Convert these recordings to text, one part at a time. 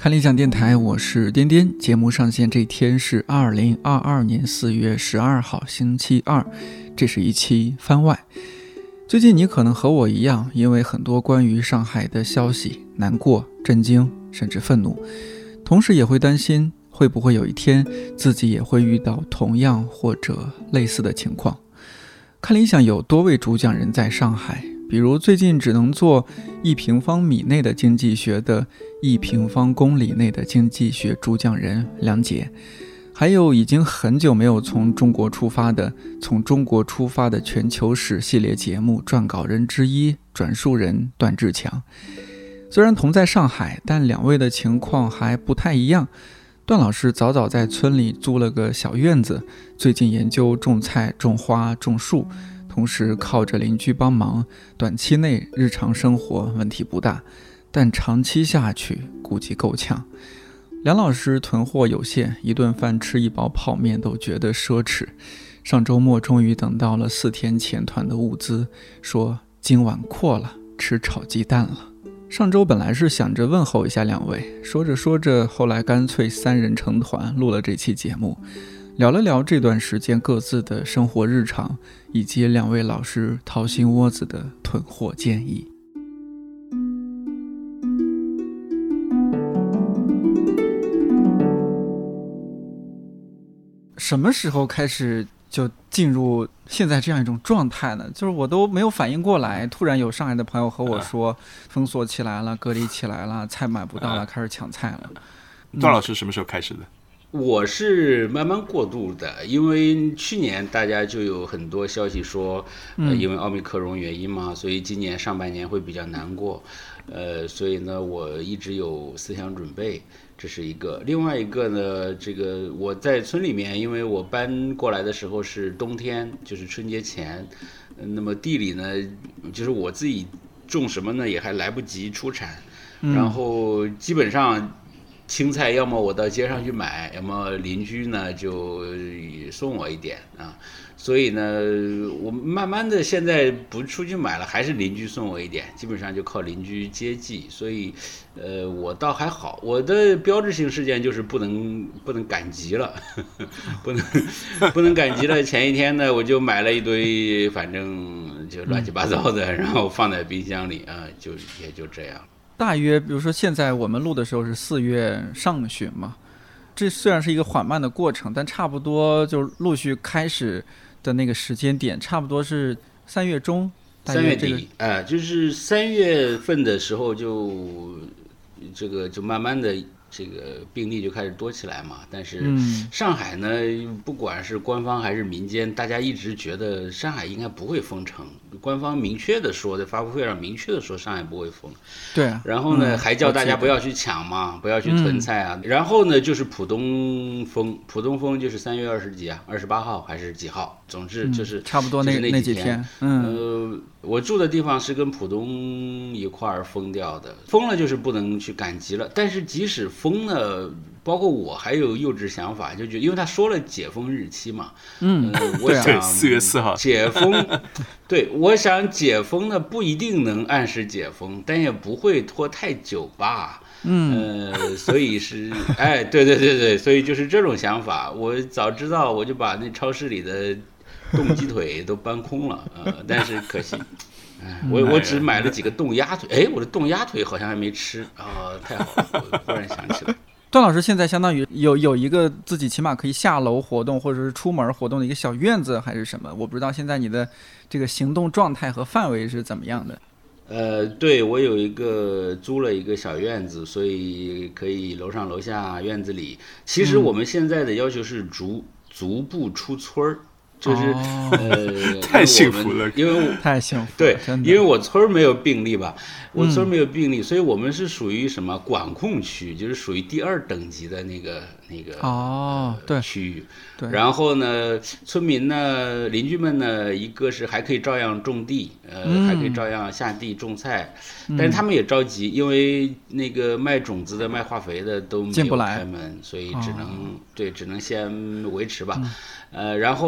看理想电台，我是颠颠。节目上线这天是2022年4月12号星期二，这是一期番外。最近你可能和我一样，因为很多关于上海的消息难过、震惊甚至愤怒，同时也会担心会不会有一天自己也会遇到同样或者类似的情况。看理想有多位主讲人在上海，比如最近只能做1平方米内的经济学的1平方公里内的经济学主讲人梁杰，还有已经很久没有从中国出发的全球史系列节目撰稿人之一转述人段志强。虽然同在上海，但两位的情况还不太一样。段老师早早在村里租了个小院子，最近研究种菜、种花、种树，同时靠着邻居帮忙，短期内日常生活问题不大，但长期下去估计够呛。梁老师囤货有限，一顿饭吃1包泡面都觉得奢侈。上周末终于等到了4天前团的物资，说今晚阔了，吃炒鸡蛋了。上周本来是想着问候一下两位，说着说着，后来干脆3人成团录了这期节目，聊了聊这段时间各自的生活日常，以及两位老师掏心窝子的囤货建议。什么时候开始就进入现在这样一种状态呢？就是我都没有反应过来，突然有上海的朋友和我说封锁起来了，隔离起来了，菜买不到了，开始抢菜了。 段老师什么时候开始的？ 我是慢慢过渡的，因为去年大家就有很多消息说，因为奥密克戎原因嘛，所以今年上半年会比较难过，所以呢，我一直有思想准备，这是一个。另外一个呢，这个我在村里面，因为我搬过来的时候是冬天，就是春节前，那么地里呢，就是我自己种什么呢，也还来不及出产，然后基本上青菜要么我到街上去买，要么邻居呢就送我一点啊，所以呢，我慢慢的现在不出去买了，还是邻居送我一点，基本上就靠邻居接济，所以我倒还好。我的标志性事件就是不能赶集了，不能赶集了。前一天呢，我就买了一堆，反正就乱七八糟的，然后放在冰箱里啊，也就这样。 大约比如说现在我们录的时候是4月上旬嘛，这虽然是一个缓慢的过程，但差不多就陆续开始的那个时间点差不多是3月中 3月底，就是3月份的时候就慢慢的这个病例就开始多起来嘛，但是上海呢，不管是官方还是民间，大家一直觉得上海应该不会封城，官方明确的说，在发布会上明确的说上海不会封， 对啊， 然后呢，还叫大家不要去抢嘛，不要去囤菜啊，然后呢就是浦东封就是3月20几啊，28号还是几号，总之就是差不多那几天， 我住的地方是跟浦东一块儿封掉的，封了就是不能去赶集了。但是即使封了，包括我还有幼稚想法，就觉得因为他说了解封日期嘛，我想 4月4号解封，对，我想解封呢不一定能按时解封，但也不会拖太久吧。所以是，对，所以就是这种想法。我早知道我就把那超市里的冻鸡腿都搬空了，但是可惜，我只买了几个冻鸭腿，我的冻鸭腿好像还没吃啊，太好了，我忽然想起来。 段老师现在相当于有一个自己起码可以下楼活动或者是出门活动的一个小院子还是什么？我不知道现在你的这个行动状态和范围是怎么样的。 对，我有租了一个小院子，所以可以楼上楼下院子里。其实我们现在的要求是逐步出村儿。就是太幸福了， 因为太幸福了， 对，因为我村没有病例吧，我村没有病例，所以我们是属于什么管控区，就是属于第2等级的那个对区域。 对， 然后呢，村民呢，邻居们呢，一个是还可以照样种地，还可以照样下地种菜，但是他们也着急，因为那个卖种子的、卖化肥的都没有开门，所以只能先维持吧。然后呢，就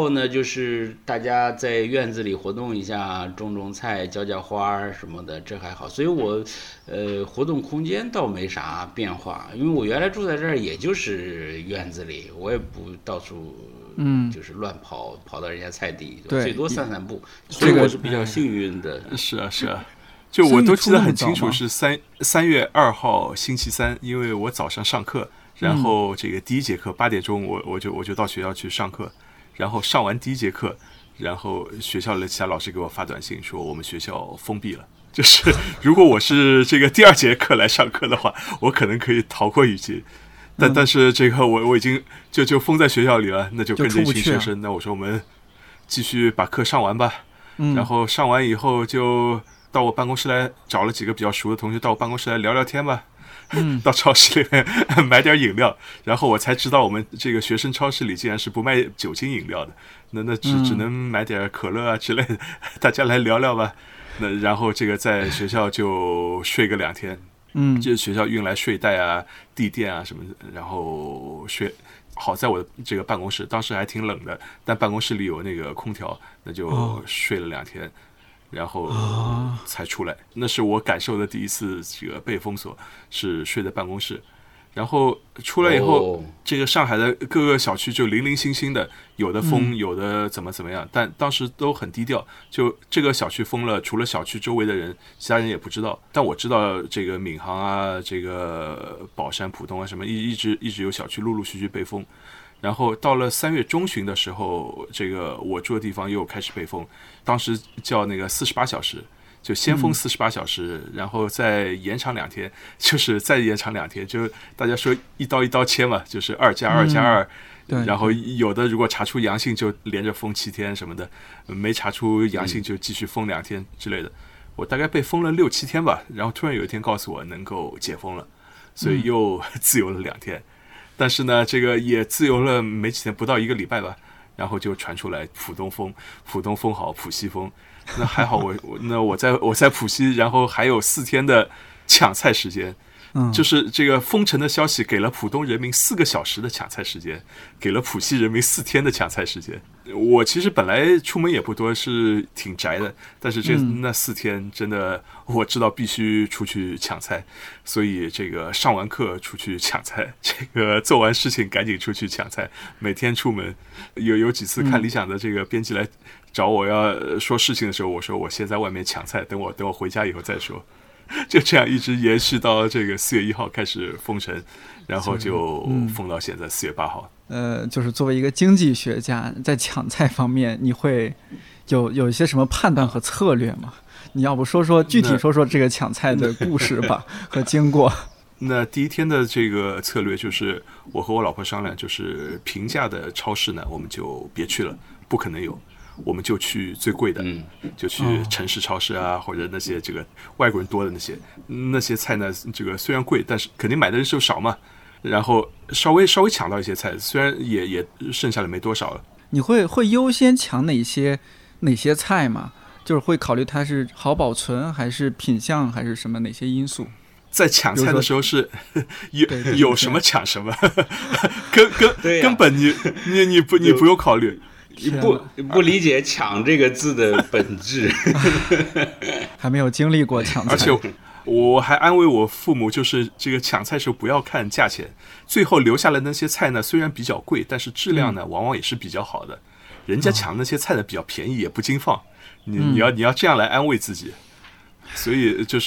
就是大家在院子里活动一下，种种菜，浇浇花什么的，这还好。所以我活动空间倒没啥变化，因为我原来住在这儿，也就是院子里，我也不到处就是乱跑到人家菜地，最多散散步。所以我是比较幸运的。 是啊。就我都记得很清楚，是3月2号星期三，因为我早上上课，然后这个第一节课8点钟我就到学校去上课，然后上完第一节课，然后学校的其他老师给我发短信说我们学校封闭了。就是如果我是这个第2节课来上课的话，我可能可以逃过一劫，但是这个我已经就封在学校里了，那就跟着一群学生，那我说我们继续把课上完吧。然后上完以后就到我办公室来，找了几个比较熟的同学到我办公室来聊聊天吧。到超市里面买点饮料，然后我才知道我们这个学生超市里竟然是不卖酒精饮料的，那只能买点可乐啊之类的，大家来聊聊吧。那然后这个在学校就睡个2天，就是学校运来睡袋啊、地垫啊什么的，然后睡。好在我的这个办公室当时还挺冷的，但办公室里有那个空调，那就睡了2天。然后才出来，那是我感受的第一次这个被封锁，是睡在办公室。然后出来以后，这个上海的各个小区就零零星星的，有的封，有的怎么样，但当时都很低调。就这个小区封了，除了小区周围的人，其他人也不知道。但我知道这个闵行啊，这个宝山、浦东啊什么，一直有小区陆续被封。然后到了3月中旬的时候，这个我住的地方又开始被封，当时叫那个48小时，就先封48小时，然后再延长2天，就是再延长2天，就大家说一刀切嘛，就是2+2+2，然后有的如果查出阳性就连着封7天什么的，没查出阳性就继续封2天之类的。我大概被封了6、7天吧，然后突然有一天告诉我能够解封了，所以又自由了2天。但是呢，这个也自由了没几天，不到1个礼拜吧，然后就传出来浦东封好，浦西封。那还好我在浦西，然后还有4天的抢菜时间。就是这个封城的消息给了浦东人民4个小时的抢菜时间，给了浦西人民4天的抢菜时间。我其实本来出门也不多，是挺宅的，但是那4天真的我知道必须出去抢菜，所以这个上完课出去抢菜，这个做完事情赶紧出去抢菜，每天出门。有几次看理想的这个编辑来找我要说事情的时候，我说我先在外面抢菜，等我回家以后再说。就这样一直延续到这个4月1号开始封城，然后就封到现在4月8号。 就是作为一个经济学家，在抢菜方面，你会有一些什么判断和策略吗？你要不具体说说这个抢菜的故事吧和经过。 那第一天的这个策略就是我和我老婆商量，就是平价的超市呢，我们就别去了，不可能有。我们就去最贵的，就去城市超市啊，或者那些这个外国人多的那些菜呢，这个虽然贵，但是肯定买的人数少嘛。然后稍微抢到一些菜，虽然也剩下的没多少了。 你会优先抢哪些菜吗？就是会考虑它是好保存，还是品相，还是什么哪些因素？ 在抢菜的时候是有什么抢什么，根本你不用考虑。 你不理解抢这个字的本质， 还没有经历过抢菜。 而且我还安慰我父母，就是这个抢菜时候不要看价钱，最后留下来那些菜呢，虽然比较贵，但是质量呢往往也是比较好的。人家抢那些菜呢比较便宜，也不经放，你要这样来安慰自己。所以就是、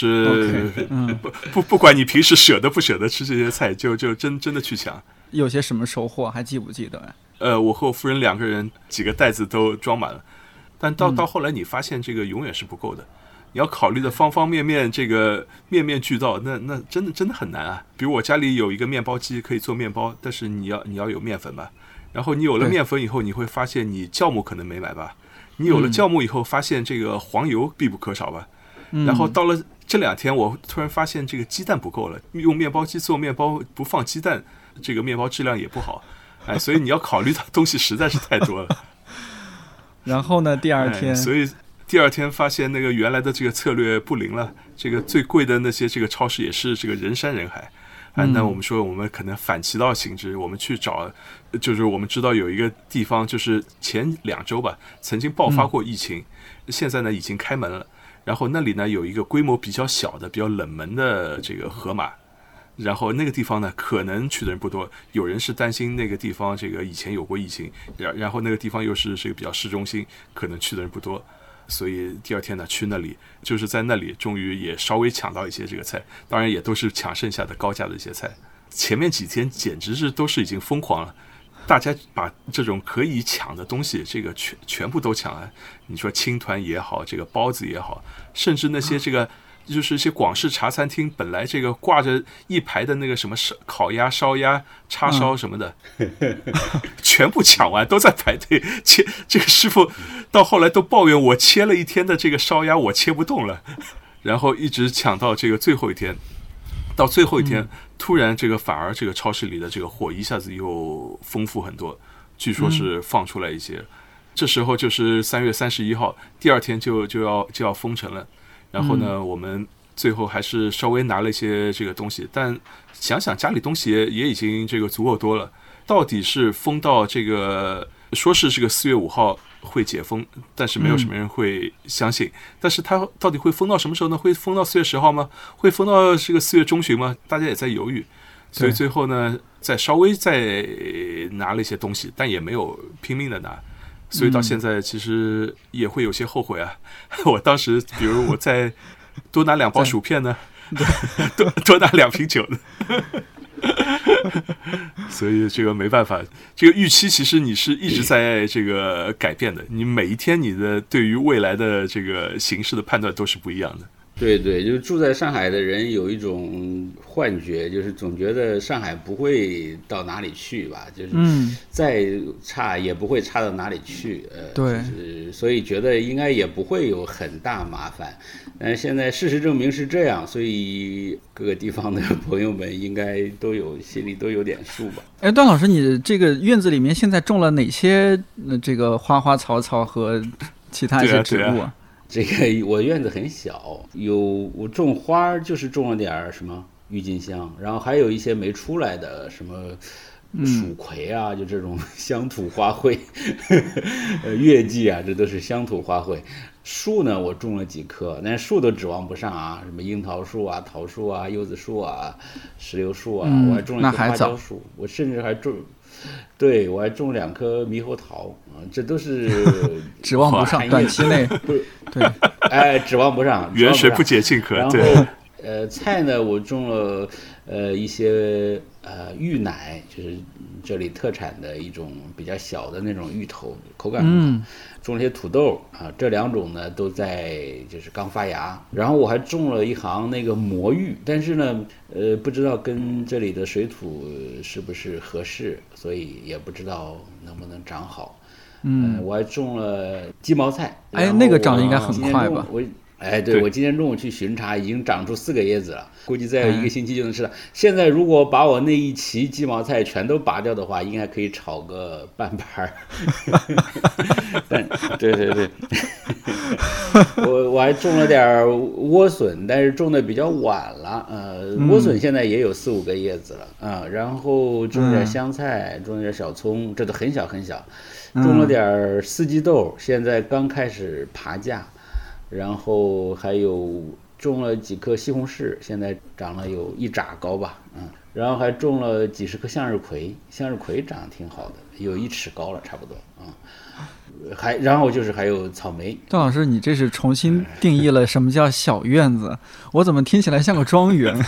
不管你平时舍得不舍得吃这些菜，就真的去抢。 有些什么收获还记不记得？ 我和我夫人2个人几个袋子都装满了，但到后来你发现这个永远是不够的，你要考虑的方方面面，这个面面俱到，那真的很难啊。比如我家里有一个面包机可以做面包，但是你要有面粉吧，然后你有了面粉以后，你会发现你酵母可能没买吧，你有了酵母以后，发现这个黄油必不可少吧，然后到了这2天，我突然发现这个鸡蛋不够了，用面包机做面包不放鸡蛋，这个面包质量也不好。所以你要考虑的东西实在是太多了。 然后呢，第2天， 所以第2天发现那个原来的这个策略不灵了。这个最贵的那些这个超市也是这个人山人海， 那我们说我们可能反其道行之，我们去找，就是我们知道有一个地方，就是前2周吧，曾经爆发过疫情，现在呢已经开门了。然后那里呢有一个规模比较小的、比较冷门的这个河马。然后那个地方呢，可能去的人不多，有人是担心那个地方这个以前有过疫情，然后那个地方又是这个比较市中心，可能去的人不多，所以第2天呢去那里，就是在那里终于也稍微抢到一些这个菜，当然也都是抢剩下的高价的一些菜。前面几天简直是都是已经疯狂了，大家把这种可以抢的东西，这个全部都抢了。你说青团也好，这个包子也好，甚至那些这个。就是一些广式茶餐厅，本来这个挂着一排的那个什么烤鸭、烧鸭、叉烧什么的，全部抢完，都在排队切。这个师傅到后来都抱怨我切了1天的这个烧鸭，我切不动了，然后一直抢到这个最后一天。到最后一天，突然这个反而这个超市里的这个货一下子又丰富很多，据说是放出来一些。这时候就是3月31号，第2天就要封城了。然后呢，我们最后还是稍微拿了一些这个东西，但想想家里东西也已经这个足够多了。到底是封到这个，说是这个4月5号会解封，但是没有什么人会相信。但是它到底会封到什么时候呢？会封到4月10号吗？会封到这个4月中旬吗？大家也在犹豫。所以最后呢，稍微再拿了一些东西，但也没有拼命的拿。所以到现在其实也会有些后悔啊！我当时，比如我再多拿2包薯片呢，多拿2瓶酒呢，所以这个没办法。这个预期其实你是一直在这个改变的，你每一天你的对于未来的这个形势的判断都是不一样的。 对，就是住在上海的人有一种幻觉，就是总觉得上海不会到哪里去吧，就是再差也不会差到哪里去， 对， 所以觉得应该也不会有很大麻烦。但是现在事实证明是这样，所以各个地方的朋友们应该心里都有点数吧。 哎，段老师，你这个院子里面现在种了哪些这个花花草草和其他一些植物啊？ 这个我院子很小，我种花就是种了点什么郁金香，然后还有一些没出来的什么蜀葵啊，就这种乡土花卉，月季啊，这都是乡土花卉。树呢，我种了几棵，但是树都指望不上啊，什么樱桃树啊、桃树啊、柚子树啊、石榴树啊，我还种了一棵花椒树，我甚至还种。对，我还种2棵猕猴桃啊，这都是指望不上，短期内对， 哎，指望不上， 远水不解近渴。 然后菜呢，我种了一些芋奶，就是这里特产的一种比较小的那种芋头，口感很好。种了些土豆啊，这2种呢都在就是刚发芽。然后我还种了一行那个魔芋，但是呢不知道跟这里的水土是不是合适，所以也不知道能不能长好。我还种了鸡毛菜， 哎，那个长得应该很快吧？ 对，我今天中午去巡查，已经长出4个叶子了，估计再有1个星期就能吃了。现在如果把我那一畦鸡毛菜全都拔掉的话，应该可以炒个半盘。对，我还种了点莴笋，但是种的比较晚了。莴笋现在也有4、5个叶子了然后种了点香菜，种了点小葱，这都很小很小。种了点四季豆，现在刚开始爬架。然后还有种了几棵西红柿，现在长了有1拃高吧，然后还种了几十棵向日葵，向日葵长得挺好的，有1尺高了差不多然后就是还有草莓。 段老师，你这是重新定义了什么叫小院子？我怎么听起来像个庄园？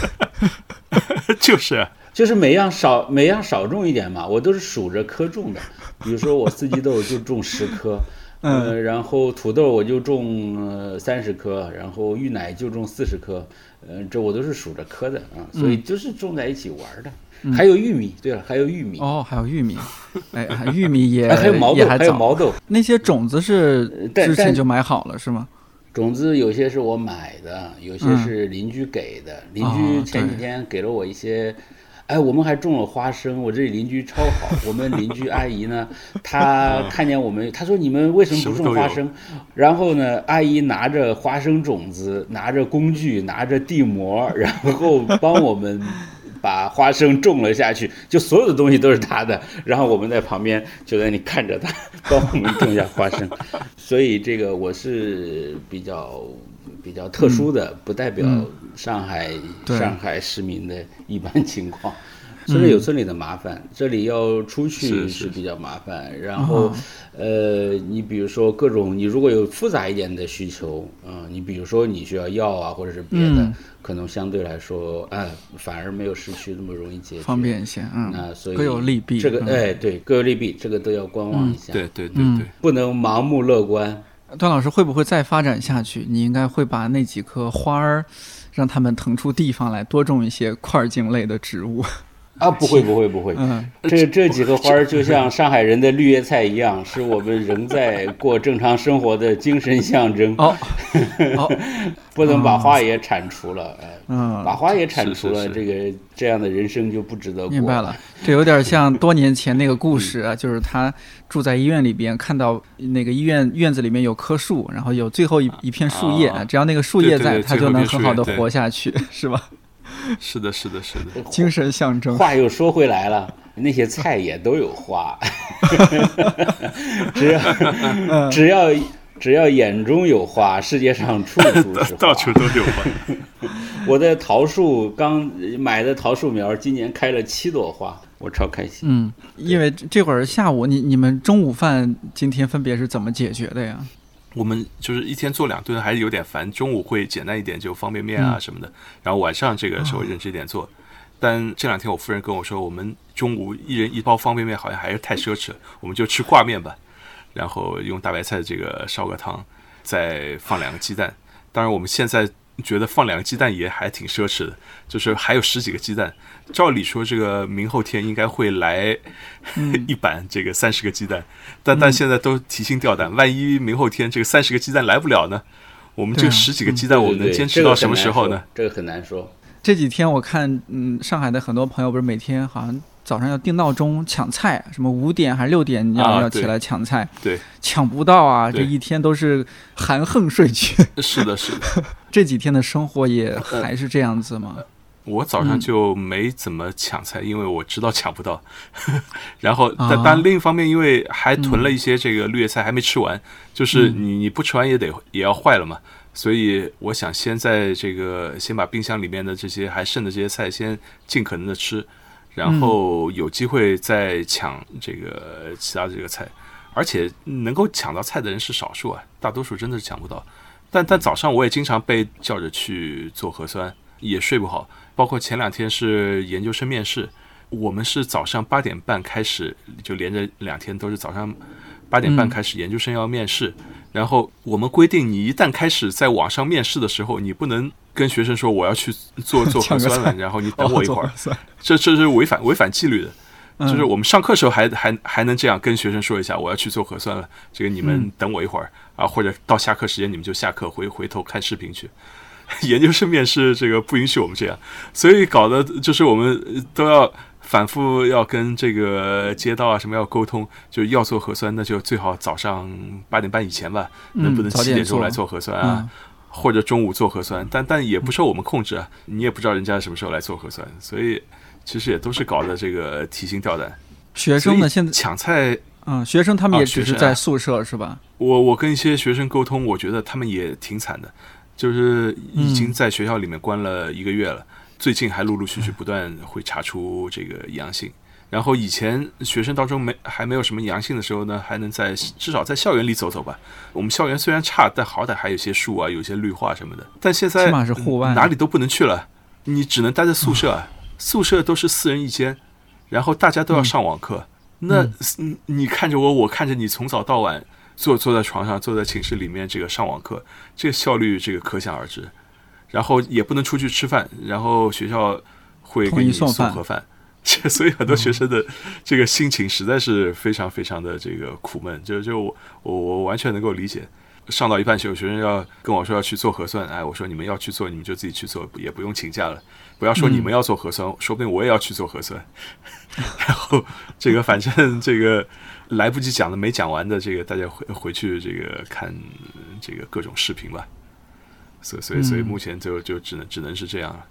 就是每样少种一点嘛，我都是数着棵种的，比如说我四季豆就种10棵。然后土豆我就种30棵，然后芋奶就种40棵，这我都是数着棵的所以就是种在一起玩的。还有玉米，对了，还有玉米哦，还有玉米，哎，玉米也还有毛豆，还有毛豆。 那些种子是之前就买好了是吗？ 种子有些是我买的，有些是邻居给的。邻居前几天给了我一些。我们还种了花生，我这里邻居超好。我们邻居阿姨呢，她看见我们，她说你们为什么不种花生？然后呢，阿姨拿着花生种子，拿着工具，拿着地膜，然后帮我们把花生种了下去，就所有的东西都是他的，然后我们在旁边就在那里看着他帮我们种下花生。所以这个我是比较特殊的，不代表上海市民的一般情况。村里有村里的麻烦，这里要出去是比较麻烦。然后，你比如说各种，你如果有复杂一点的需求，你比如说你需要药啊，或者是别的，可能相对来说，反而没有市区那么容易解决， 方便一些。 那所以各有利弊。 这个，对，各有利弊，这个都要观望一下。 对， 不能盲目乐观。 段老师会不会再发展下去？你应该会把那几棵花儿，让它们腾出地方来，多种一些块茎类的植物。 不会，这几个花就像上海人的绿叶菜一样，是我们仍在过正常生活的精神象征。不能把花也铲除了，把花也铲除了，这样的人生就不值得过。 明白了，这有点像多年前那个故事啊，就是他住在医院里边，看到那个医院院子里面有棵树，然后有最后一片树叶，只要那个树叶在，他就能很好的活下去，是吧？ 是的， 精神象征。 话又说回来了，那些菜也都有花，只要眼中有花，世界上处处是花， 到处都有花。 我的桃树刚买的桃树苗，今年开了7朵花，我超开心。 因为这会儿下午你们中午饭今天分别是怎么解决的呀？ 我们就是一天做2顿还是有点烦，中午会简单一点，就方便面啊什么的，然后晚上这个时候认真一点做。但这2天我夫人跟我说，我们中午一人1包方便面好像还是太奢侈了，我们就吃挂面吧，然后用大白菜这个烧个汤，再放2个鸡蛋。当然我们现在觉得放2个鸡蛋也还挺奢侈的，就是还有10几个鸡蛋。照理说这个明后天应该会来一板这个30个鸡蛋，但现在都提心吊胆，万一明后天这个30个鸡蛋来不了呢？我们这10几个鸡蛋我们能坚持到什么时候呢？ 这个很难说。 这几天我看上海的很多朋友不是每天好像早上要定闹钟抢菜，什么5点还是6点要起来抢菜， 对， 抢不到啊，这一天都是含恨睡去。 是的这几天的生活也还是这样子吗？ 我早上就没怎么抢菜，因为我知道抢不到。然后但另一方面，因为还囤了一些这个绿叶菜还没吃完，就是你不吃完也要坏了嘛，所以我想先把冰箱里面的这些还剩的这些菜先尽可能的吃，然后有机会再抢这个其他的这个菜。而且能够抢到菜的人是少数啊，大多数真的是抢不到。但早上我也经常被叫着去做核酸，也睡不好。包括前2天是研究生面试，我们是早上8点半开始，就连着2天都是早上8点半开始研究生要面试。然后我们规定，你一旦开始在网上面试的时候，你不能跟学生说我要去做核酸了，然后你等我一会儿，这是违反纪律的。就是我们上课时候还能这样跟学生说一下，我要去做核酸了，这个你们等我一会儿啊，或者到下课时间你们就下课回头看视频去。研究生面试这个不允许我们这样，所以搞的就是我们都要反复要跟这个街道啊什么要沟通，就是要做核酸，那就最好早上8点半以前吧，能不能7点钟来做核酸啊？或者中午做核酸，但也不受我们控制啊，你也不知道人家什么时候来做核酸，所以其实也都是搞的这个提心吊胆。 学生呢现在抢菜， 学生他们也只是在宿舍是吧？ 我跟一些学生沟通，我觉得他们也挺惨的。就是已经在学校里面关了1个月了，最近还陆陆续续不断会查出这个阳性。然后以前学生当中还没有什么阳性的时候呢，还能至少在校园里走走吧。我们校园虽然差，但好歹还有些树啊，有些绿化什么的。但现在起码是户外， 哪里都不能去了，你只能待在宿舍，宿舍都是4人1间，然后大家都要上网课。那你看着我看着你，从早到晚坐在床上，坐在寝室里面这个上网课，这个效率这个可想而知。然后也不能出去吃饭，然后学校会给你送盒饭，所以很多学生的这个心情实在是非常非常的这个苦闷。就我完全能够理解。上到一半，有学生要跟我说要去做核酸，我说你们要去做，你们就自己去做，也不用请假了。不要说你们要做核酸，说不定我也要去做核酸。然后这个反正这个来不及讲的没讲完的，这个大家回去这个看这个各种视频吧。所以目前就只能是这样了。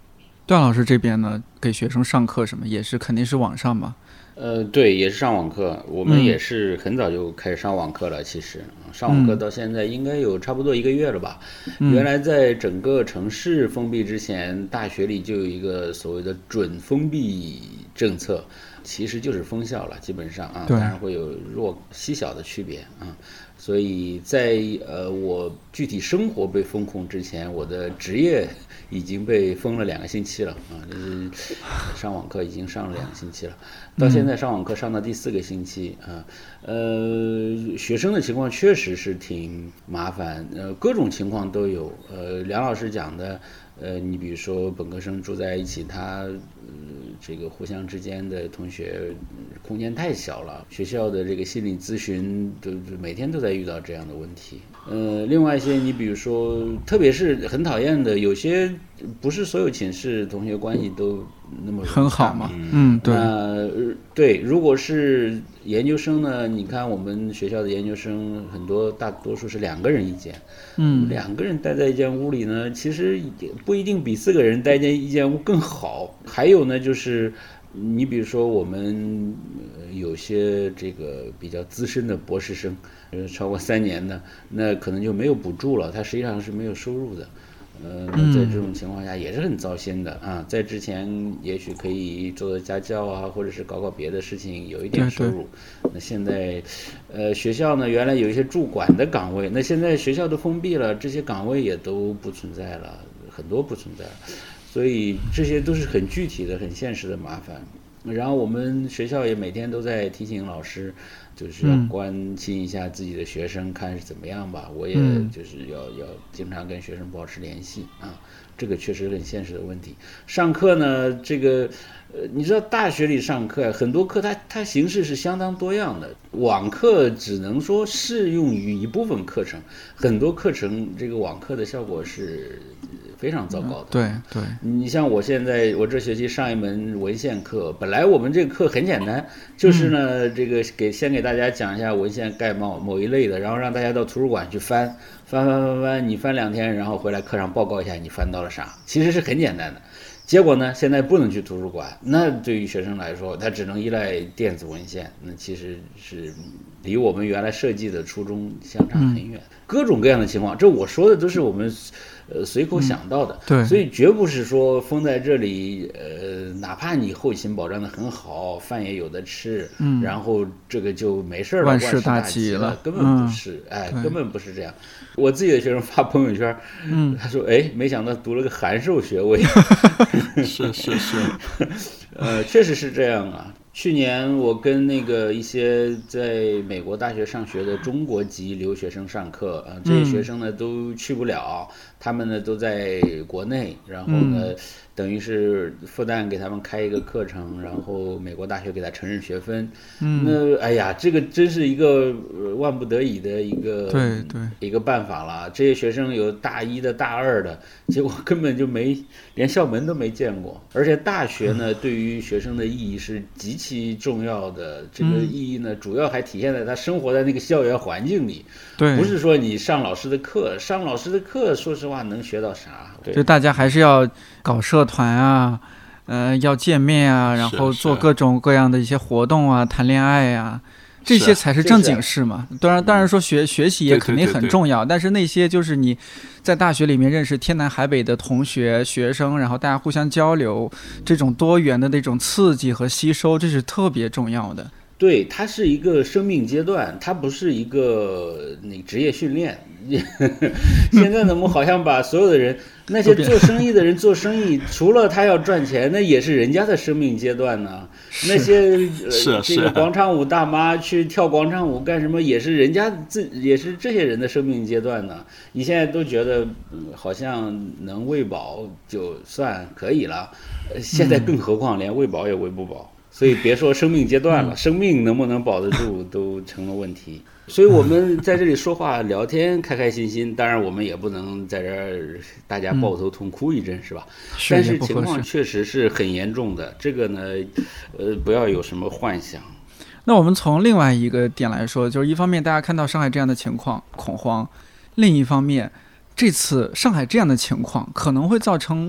段老师这边呢，给学生上课什么也是肯定是网上嘛？ 对，也是上网课。我们也是很早就开始上网课了。其实上网课到现在应该有差不多1个月了吧。原来在整个城市封闭之前，大学里就有一个所谓的准封闭政策，其实就是封校了，基本上啊，当然会有细小的区别啊。所以在我具体生活被封控之前，我的职业已经被封了2个星期了啊，就是上网课已经上了2个星期了，到现在上网课上到第4个星期啊。学生的情况确实是挺麻烦，各种情况都有。梁老师讲的，你比如说本科生住在一起，他这个互相之间的同学空间太小了，学校的这个心理咨询就每天都在遇到这样的问题。另外一些你比如说，特别是很讨厌的，有些不是所有寝室同学关系都那么很好嘛。 对。对，如果是研究生呢，你看我们学校的研究生很多，大多数是2个人一间。2个人待在一间屋里呢，其实也不一定比4个人待在一间屋更好。还有呢，就是你比如说我们有些这个比较资深的博士生，超过3年的，那可能就没有补助了，他实际上是没有收入的。在这种情况下也是很糟心的啊。在之前也许可以做家教啊，或者是搞别的事情，有一点收入。那现在，学校呢原来有一些驻管的岗位，那现在学校都封闭了，这些岗位也都不存在了，很多不存在了。所以这些都是很具体的、很现实的麻烦。然后我们学校也每天都在提醒老师，就是要关心一下自己的学生，看是怎么样吧。我也就是要经常跟学生保持联系啊，这个确实很现实的问题。上课呢，这个你知道大学里上课很多课它形式是相当多样的，网课只能说适用于一部分课程，很多课程这个网课的效果是非常糟糕的。 对， 你像我现在我这学期上一门文献课，本来我们这个课很简单，就是呢这个先给大家讲一下文献概貌某一类的，然后让大家到图书馆去翻，你翻2天，然后回来课上报告一下你翻到了啥，其实是很简单的。结果呢，现在不能去图书馆，那对于学生来说，他只能依赖电子文献，那其实是离我们原来设计的初衷相差很远。各种各样的情况，这我说的都是我们随口想到的， 对， 所以绝不是说封在这里，哪怕你后勤保障的很好，饭也有的吃，然后这个就没事了， 万事大吉了，根本不是，根本不是这样。我自己的学生发朋友圈，他说，没想到读了个函授学位， 是， 确实是这样啊。去年我跟那个一些在美国大学上学的中国籍留学生上课，这些学生呢都去不了，他们呢都在国内，然后呢等于是复旦给他们开一个课程，然后美国大学给他承认学分。那哎呀，这个真是一个万不得已的一个办法了。这些学生有大1的大2的，结果根本就连校门都没见过。而且大学呢对于学生的意义是极其重要的，这个意义呢主要还体现在他生活在那个校园环境里。 对， 不是说你上老师的课，说实话能学到啥？对， 就大家还是要搞社团啊，要见面啊，然后做各种各样的一些活动啊，谈恋爱啊，这些才是正经事嘛。当然说学习也肯定很重要，但是那些就是你在大学里面认识天南海北的同学学生，然后大家互相交流，这种多元的那种刺激和吸收，这是特别重要的。 对，它是一个生命阶段，它不是一个职业训练。现在呢，我们好像把所有的人，那些做生意的人做生意，除了他要赚钱，那也是人家的生命阶段呢。那些这个广场舞大妈去跳广场舞干什么，也是人家也是这些人的生命阶段呢。你现在都觉得好像能喂饱就算可以了，现在更何况连喂饱也喂不饱。所以别说生命阶段了，生命能不能保得住都成了问题。所以我们在这里说话聊天开开心心，当然我们也不能在这儿大家抱头痛哭一阵，是吧？但是情况确实是很严重的，这个呢不要有什么幻想。 那我们从另外一个点来说，就是一方面大家看到上海这样的情况恐慌，另一方面这次上海这样的情况可能会造成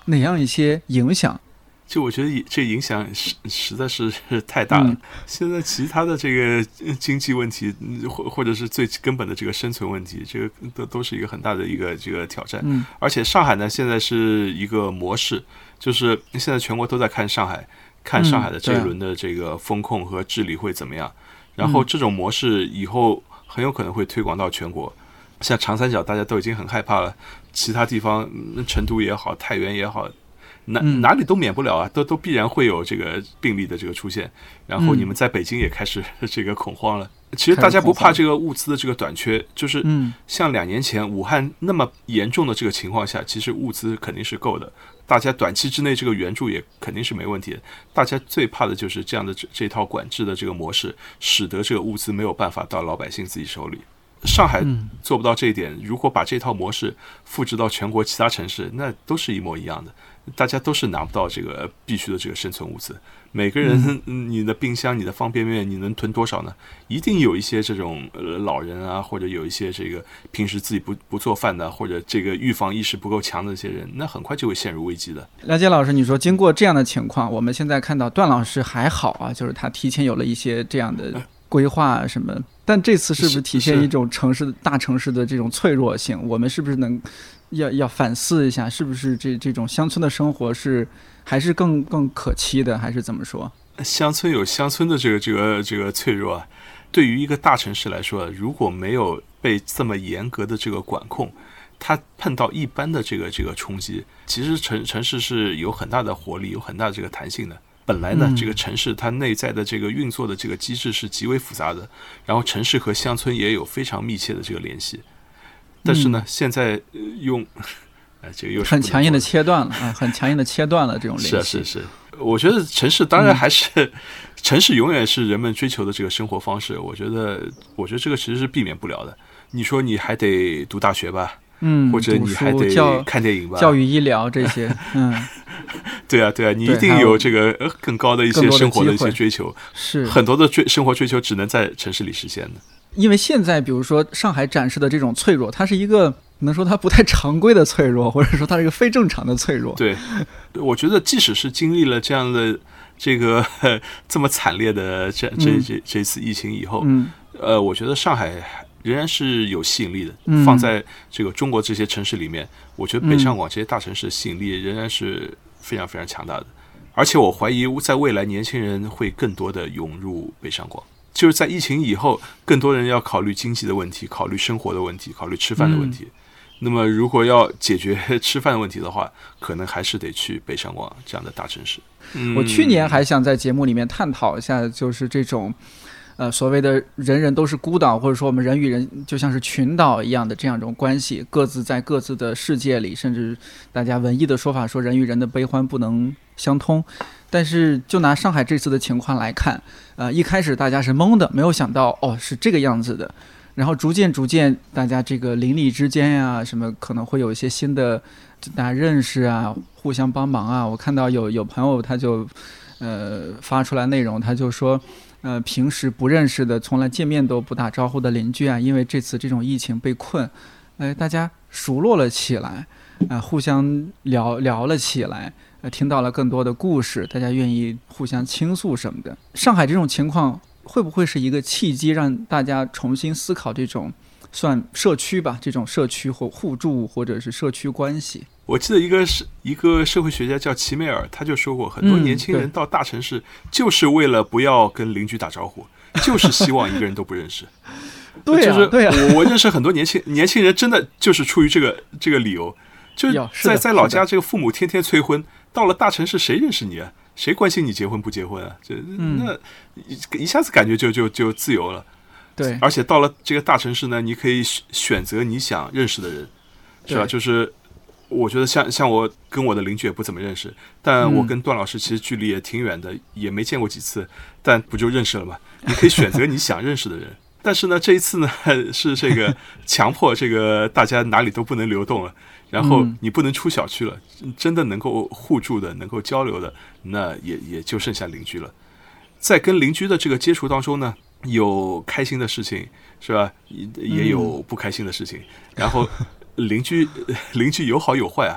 哪样一些影响？ 就我觉得这影响实在是太大了。现在其他的这个经济问题，或者是最根本的这个生存问题，这个都是一个很大的一个这个挑战。而且上海呢，现在是一个模式，就是现在全国都在看上海的这一轮的这个风控和治理会怎么样。然后这种模式以后很有可能会推广到全国。像长三角大家都已经很害怕了，其他地方成都也好，太原也好。哪里都免不了啊，都必然会有这个病例的这个出现，然后你们在北京也开始这个恐慌了。其实大家不怕这个物资的这个短缺，就是像2年前武汉那么严重的这个情况下，其实物资肯定是够的，大家短期之内这个援助也肯定是没问题的。大家最怕的就是这样的这套管制的这个模式，使得这个物资没有办法到老百姓自己手里。上海做不到这一点，如果把这套模式复制到全国其他城市，那都是一模一样的。大家都是拿不到这个必须的这个生存物资，每个人你的冰箱、你的方便面，你能囤多少呢？一定有一些这种老人啊，或者有一些这个平时自己不做饭的，或者这个预防意识不够强的这些人，那很快就会陷入危机的。 廖杰老师，你说经过这样的情况，我们现在看到段老师还好啊，就是他提前有了一些这样的规划什么，但这次是不是体现一种大城市的这种脆弱性？我们是不是能要反思一下，是不是这种乡村的生活还是更可期的，还是怎么说？ 乡村有乡村的这个脆弱啊。对于一个大城市来说，如果没有被这么严格的这个管控，它碰到一般的这个冲击，其实城市是有很大的活力，有很大的这个弹性的。本来呢，这个城市它内在的这个运作的这个机制是极为复杂的，然后城市和乡村也有非常密切的这个联系。但是呢，现在用这个又是很强硬的切断了啊，很强硬的切断了这种联系。 是，我觉得城市当然还是城市永远是人们追求的这个生活方式。我觉得这个其实是避免不了的。你说你还得读大学吧，或者你还得看电影吧， 教育、医疗这些， 对啊，你一定有这个更高的一些生活的一些追求， 是很多的生活追求只能在城市里实现的。 因为现在比如说上海展示的这种脆弱，它是一个能说它不太常规的脆弱，或者说它是一个非正常的脆弱。 对，我觉得即使是经历了这样的这个这么惨烈的这次疫情以后，我觉得上海仍然是有吸引力的。放在这个中国这些城市里面，我觉得北上广这些大城市的吸引力仍然是非常非常强大的。而且我怀疑在未来年轻人会更多的涌入北上广。就是在疫情以后，更多人要考虑经济的问题，考虑生活的问题，考虑吃饭的问题。那么如果要解决吃饭问题的话，可能还是得去北上广这样的大城市。 我去年还想在节目里面探讨一下，就是这种所谓的人人都是孤岛，或者说我们人与人就像是群岛一样的这样一种关系，各自在各自的世界里，甚至大家文艺的说法说人与人的悲欢不能相通。但是就拿上海这次的情况来看，一开始大家是懵的，没有想到是这个样子的，然后逐渐大家这个邻里之间呀，什么可能会有一些新的大家认识啊，互相帮忙啊。我看到有朋友他就发出来内容，他就说平时不认识的，从来见面都不打招呼的邻居啊，因为这次这种疫情被困，大家熟络了起来，互相聊了起来，听到了更多的故事，大家愿意互相倾诉什么的。上海这种情况会不会是一个契机，让大家重新思考这种算社区吧，这种社区或互助或者是社区关系？ 我记得一个社会学家叫齐美尔，他就说过，很多年轻人到大城市就是为了不要跟邻居打招呼，就是希望一个人都不认识。 对啊，对啊， 我认识很多年轻人，真的就是出于这个理由，就是在老家这个父母天天催婚，到了大城市谁认识你啊？谁关心你结婚不结婚啊？那一下子感觉就自由了。 对， 而且到了这个大城市呢，你可以选择你想认识的人，是吧？就是我觉得像我跟我的邻居也不怎么认识，但我跟段老师其实距离也挺远的，也没见过几次，但不就认识了吗？你可以选择你想认识的人。但是呢，这一次呢是这个强迫这个大家哪里都不能流动了，然后你不能出小区了，真的能够互助的、能够交流的，那也就剩下邻居了。在跟邻居的这个接触当中呢，有开心的事情，是吧？也有不开心的事情。然后邻居有好有坏啊。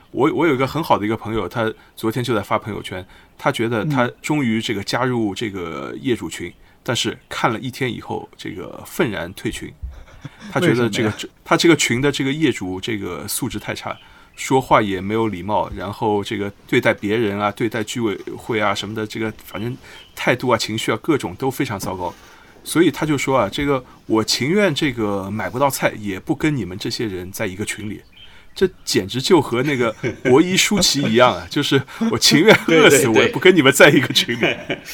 我有一个很好的一个朋友，他昨天就在发朋友圈，他觉得他终于这个加入这个业主群，但是看了1天以后，这个愤然退群。他觉得他这个群的这个业主这个素质太差，说话也没有礼貌，然后这个对待别人啊，对待居委会啊什么的，这个反正态度啊、情绪啊各种都非常糟糕。所以他就说啊，这个我情愿这个买不到菜，也不跟你们这些人在一个群里。这简直就和那个博伊舒淇一样啊！就是我情愿饿死，我也不跟你们在一个群里。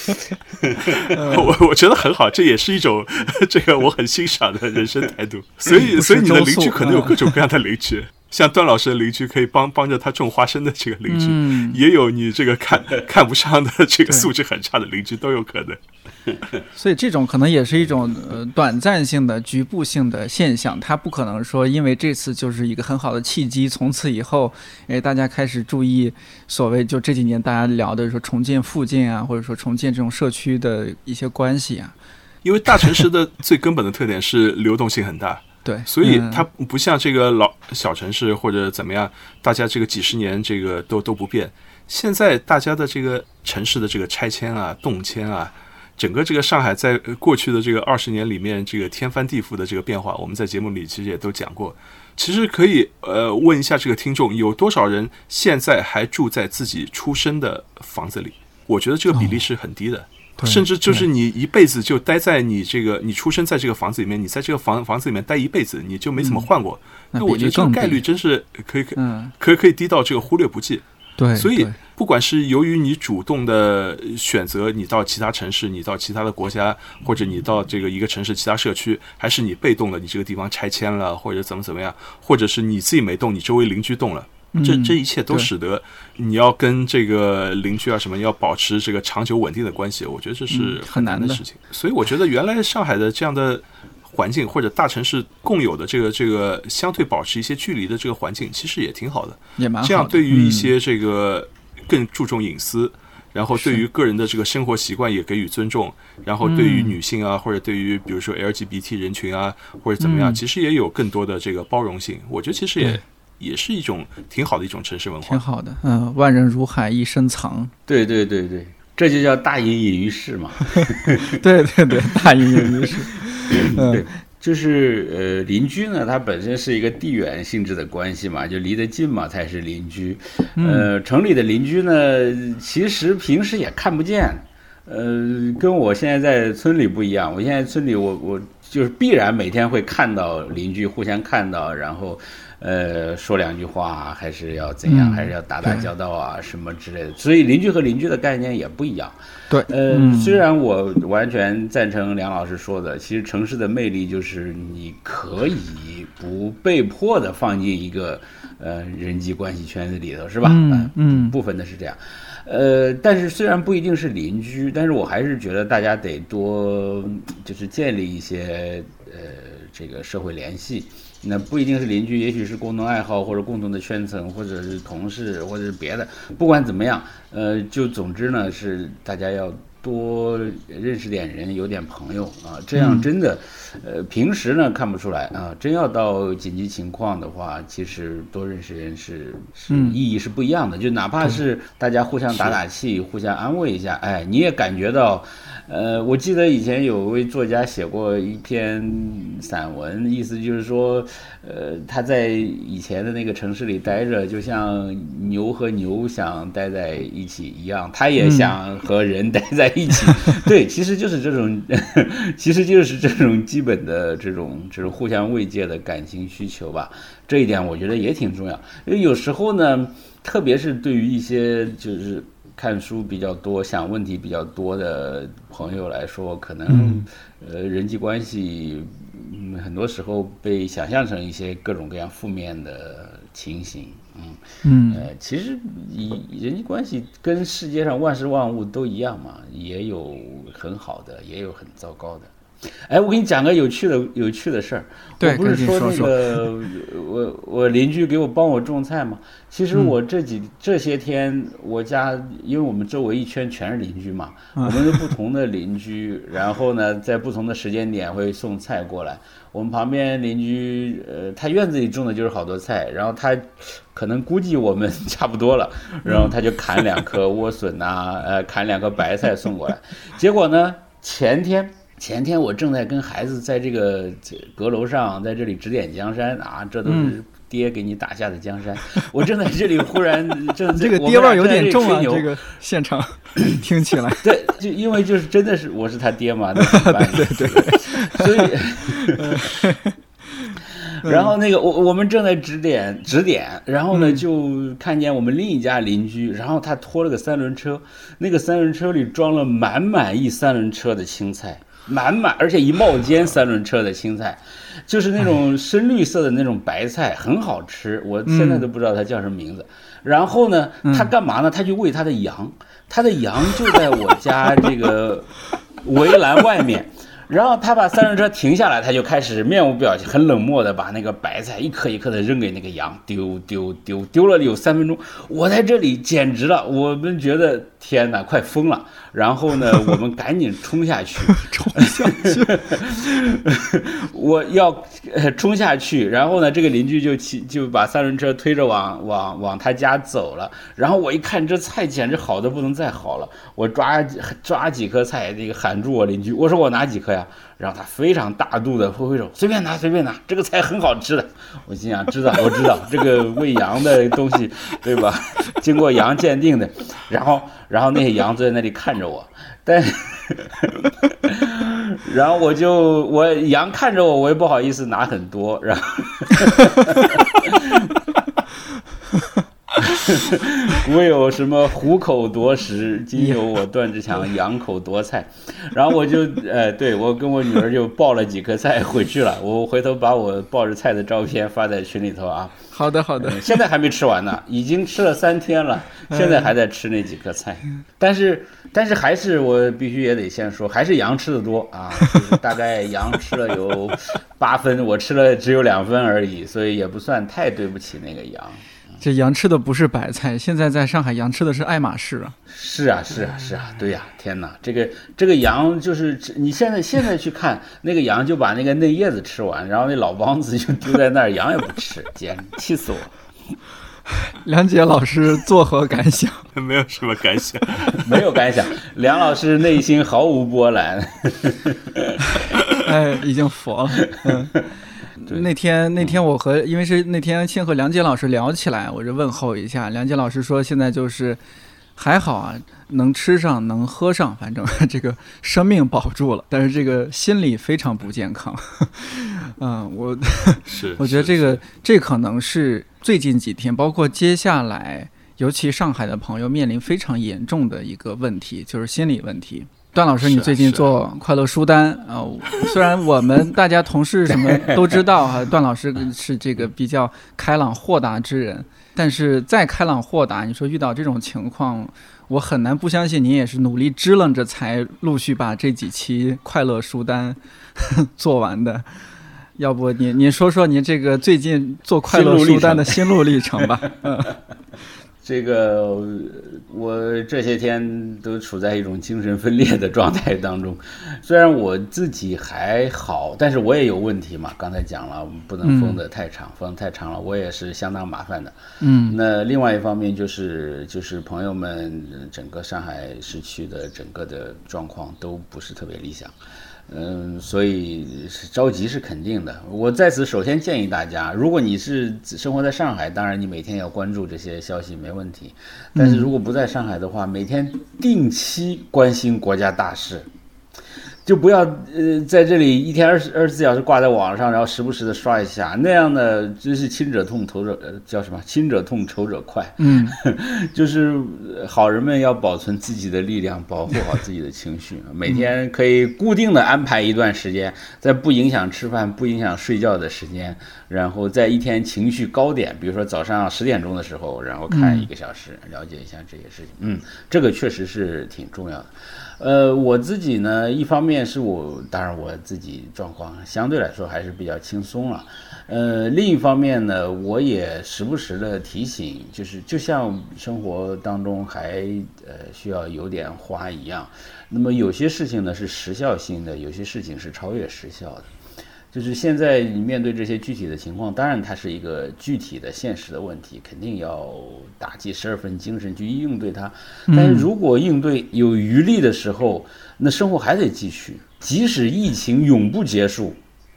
我觉得很好，这也是一种这个我很欣赏的人生态度。所以你的邻居可能有各种各样的邻居，像段老师的邻居可以帮着他种花生的这个邻居，也有你这个看不上的这个素质很差的邻居都有可能。 所以这种可能也是一种短暂性的局部性的现象，它不可能说因为这次就是一个很好的契机，从此以后大家开始注意所谓就这几年大家聊的说重建附近啊，或者说重建这种社区的一些关系啊。 因为大城市的最根本的特点是流动性很大， 对， 所以它不像这个小城市或者怎么样，大家这个几十年这个都不变。现在大家的这个城市的这个拆迁啊、动迁啊，整个这个上海在过去的这个20年里面，这个天翻地覆的这个变化，我们在节目里其实也都讲过。其实可以问一下这个听众，有多少人现在还住在自己出生的房子里？我觉得这个比例是很低的。甚至就是你一辈子就待在你出生在这个房子里面，你在这个房子里面待一辈子，你就没怎么换过。那我觉得这个概率真是可以低到这个忽略不计。 对， 所以不管是由于你主动的选择，你到其他城市，你到其他的国家，或者你到这个一个城市其他社区，还是你被动的，你这个地方拆迁了，或者怎么样，或者是你自己没动，你周围邻居动了。这一切都使得你要跟这个邻居啊什么要保持这个长久稳定的关系，我觉得这是很难的事情。所以我觉得原来上海的这样的环境或者大城市共有的这个相对保持一些距离的这个环境，其实也挺好的， 也蛮好的。 这样对于一些这个更注重隐私，然后对于个人的这个生活习惯也给予尊重，然后对于女性啊，或者对于比如说 LGBT 人群啊，或者怎么样，其实也有更多的这个包容性。我觉得其实也是一种挺好的一种城市文化， 挺好的。万人如海一深藏。 对，这就叫大隐隐于市嘛。 对，大隐隐于市。 对，就是邻居呢，它本身是一个地缘性质的关系嘛，就离得近嘛才是邻居。城里的邻居呢，其实平时也看不见。跟我现在在村里不一样，我现在村里我就是必然每天会看到邻居互相看到，然后说两句话，还是要怎样，还是要打交道啊什么之类的。所以邻居和邻居的概念也不一样。 对， 虽然我完全赞成梁老师说的，其实城市的魅力就是你可以不被迫的放进一个人际关系圈子里头，是吧？部分的是这样。但是虽然不一定是邻居，但是我还是觉得大家得多就是建立一些这个社会联系。那不一定是邻居，也许是共同爱好或者共同的圈层，或者是同事，或者是别的。不管怎么样，就总之呢，是大家要多认识点人，有点朋友啊，这样真的，平时呢看不出来啊，真要到紧急情况的话，其实多认识人是意义是不一样的。就哪怕是大家互相打气，互相安慰一下，哎，你也感觉到。我记得以前有位作家写过一篇散文，意思就是说，他在以前的那个城市里待着，就像牛和牛想待在一起一样，他也想和人待在一起。对，其实就是这种，基本的这种互相慰藉的感情需求吧。这一点我觉得也挺重要，因为有时候呢，特别是对于一些就是看书比较多、想问题比较多的朋友来说，可能人际关系很多时候被想象成一些各种各样负面的情形。其实人际关系跟世界上万事万物都一样嘛，也有很好的，也有很糟糕的。 哎，我给你讲个有趣的事儿。 对， 我不是说那个我邻居给我帮我种菜吗？其实我这些天我家，因为我们周围一圈全是邻居嘛，我们有不同的邻居，然后呢，在不同的时间点会送菜过来。我们旁边邻居，他院子里种的就是好多菜，然后他可能估计我们差不多了，然后他就砍2颗莴笋呐，砍2颗白菜送过来。结果呢，前天我正在跟孩子在这个阁楼上，在这里指点江山啊，这都是爹给你打下的江山。我正在这里，忽然这个爹味儿有点重啊，这个现场听起来。 对，就因为就是真的是我是他爹嘛，对，所以。然后那个我们正在指点，然后呢就看见我们另一家邻居，然后他拖了个3轮车，那个3轮车里装了满一3轮车的青菜。满，而且一冒尖3轮车的青菜，就是那种深绿色的那种白菜，很好吃。我现在都不知道它叫什么名字。然后呢，他干嘛呢？他去喂他的羊，他的羊就在我家这个围栏外面。然后他把3轮车停下来，他就开始面无表情、很冷漠的把那个白菜一颗一颗的扔给那个羊，丢了有3分钟。我在这里简直了，我们觉得天哪，快疯了。然后呢，我们赶紧冲下去，我要冲下去。然后呢，这个邻居就把3轮车推着往他家走了。然后我一看，这菜简直好的不能再好了，我抓几颗菜，那个喊住我邻居，我说我拿几颗呀？然后他非常大度的挥手，随便拿，这个菜很好吃的。我心想，我知道这个喂羊的东西，对吧？经过羊鉴定的。然后那些羊就在那里看着我，然后我羊看着我，我也不好意思拿很多，然后古有什么虎口夺食，今有我段志强羊口夺菜。然后我就对，我跟我女儿就抱了几颗菜回去了。我回头把我抱着菜的照片发在群里头啊。 好的， 现在还没吃完呢，已经吃了3天了，现在还在吃那几颗菜。但是还是我必须也得先说，还是羊吃的多啊，就是大概羊吃了有8分，我吃了只有2分而已，所以也不算太对不起那个羊。 这羊吃的不是白菜，现在在上海羊吃的是爱马仕啊！ 是啊，对呀，天哪，这个羊就是你现在去看那个羊，就把那个嫩叶子吃完，然后那老帮子就丢在那儿，羊也不吃，简直气死我！ 梁杰老师作何感想？ 没有什么感想， 没有感想。梁老师内心毫无波澜， 已经佛了。那天因为是那天先和梁杰老师聊起来，我就问候一下。梁杰老师说现在就是还好啊，能吃上能喝上，反正这个生命保住了，但是这个心理非常不健康。我觉得这可能是最近几天，包括接下来尤其上海的朋友面临非常严重的一个问题，就是心理问题。段老师，你最近做快乐书单虽然我们大家同事什么都知道哈，段老师是这个比较开朗豁达之人，但是再开朗豁达，你说遇到这种情况，我很难不相信您也是努力支棱着才陆续把这几期快乐书单做完的。要不您说说您这个最近做快乐书单的心路历程吧？ 这个我这些天都处在一种精神分裂的状态当中，虽然我自己还好，但是我也有问题嘛。刚才讲了，我们不能封得太长，封得太长了，我也是相当麻烦的。那另外一方面就是朋友们整个上海市区的整个的状况都不是特别理想。所以着急是肯定的。我在此首先建议大家，如果你是生活在上海，当然你每天要关注这些消息没问题，但是如果不在上海的话，每天定期关心国家大事，就不要在这里一天24小时挂在网上，然后时不时的刷一下，那样的真是亲者痛叫什么？亲者痛仇者快。就是好人们要保存自己的力量，保护好自己的情绪，每天可以固定的安排一段时间，在不影响吃饭、不影响睡觉的时间，然后在一天情绪高点，比如说早上10点钟的时候，然后看1个小时，了解一下这些事情。这个确实是挺重要的。我自己呢，一方面面是当然我自己状况相对来说还是比较轻松了。另一方面呢，我也时不时的提醒，就像生活当中还需要有点花一样。那么有些事情呢是时效性的，有些事情是超越时效的。就是现在你面对这些具体的情况，当然它是一个具体的现实的问题，肯定要打击12分精神去应对它。但是如果应对有余力的时候，那生活还得继续，即使疫情永不结束，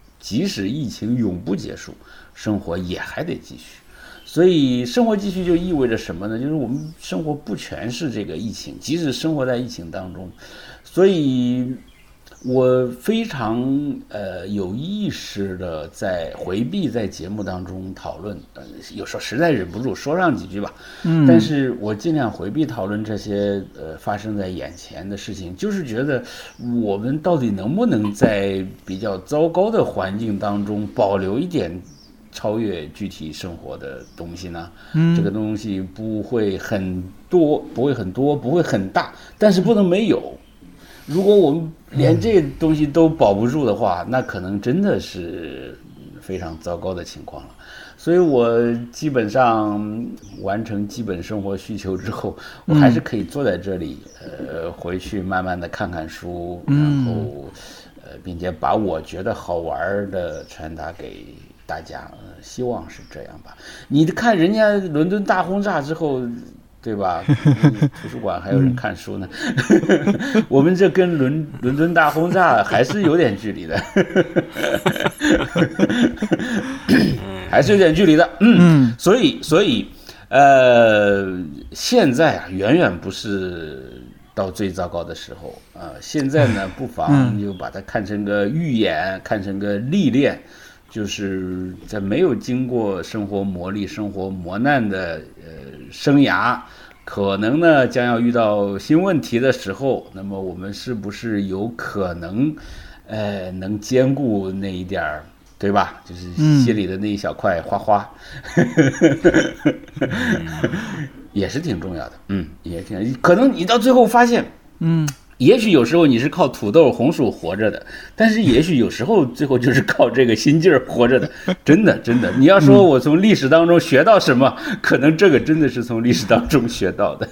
生活也还得继续。所以生活继续就意味着什么呢？就是我们生活不全是这个疫情，即使生活在疫情当中。所以我非常有意识的在回避在节目当中讨论，有时候实在忍不住说上几句吧，但是我尽量回避讨论这些发生在眼前的事情，就是觉得我们到底能不能在比较糟糕的环境当中保留一点超越具体生活的东西呢？这个东西不会很多，不会很大，但是不能没有。如果我们连这东西都保不住的话，那可能真的是非常糟糕的情况了。所以我基本上完成基本生活需求之后，我还是可以坐在这里，回去慢慢的看看书，然后并且把我觉得好玩的传达给大家，希望是这样吧。你看人家伦敦大轰炸之后，对吧？图书馆还有人看书呢，我们这跟伦敦大轰炸还是有点距离的，还是有点距离的。所以现在啊，远远不是到最糟糕的时候啊。现在呢，不妨就把它看成个预演，看成个历练。就是在没有经过生活磨砺、生活磨难的生涯，可能呢将要遇到新问题的时候，那么我们是不是有可能能兼顾那一点儿，对吧？就是心里的那一小块花花，也是挺重要的。也挺可能你到最后发现，也许有时候你是靠土豆红薯活着的，但是也许有时候最后就是靠这个心劲儿活着的。真的，你要说我从历史当中学到什么，可能这个真的是从历史当中学到的。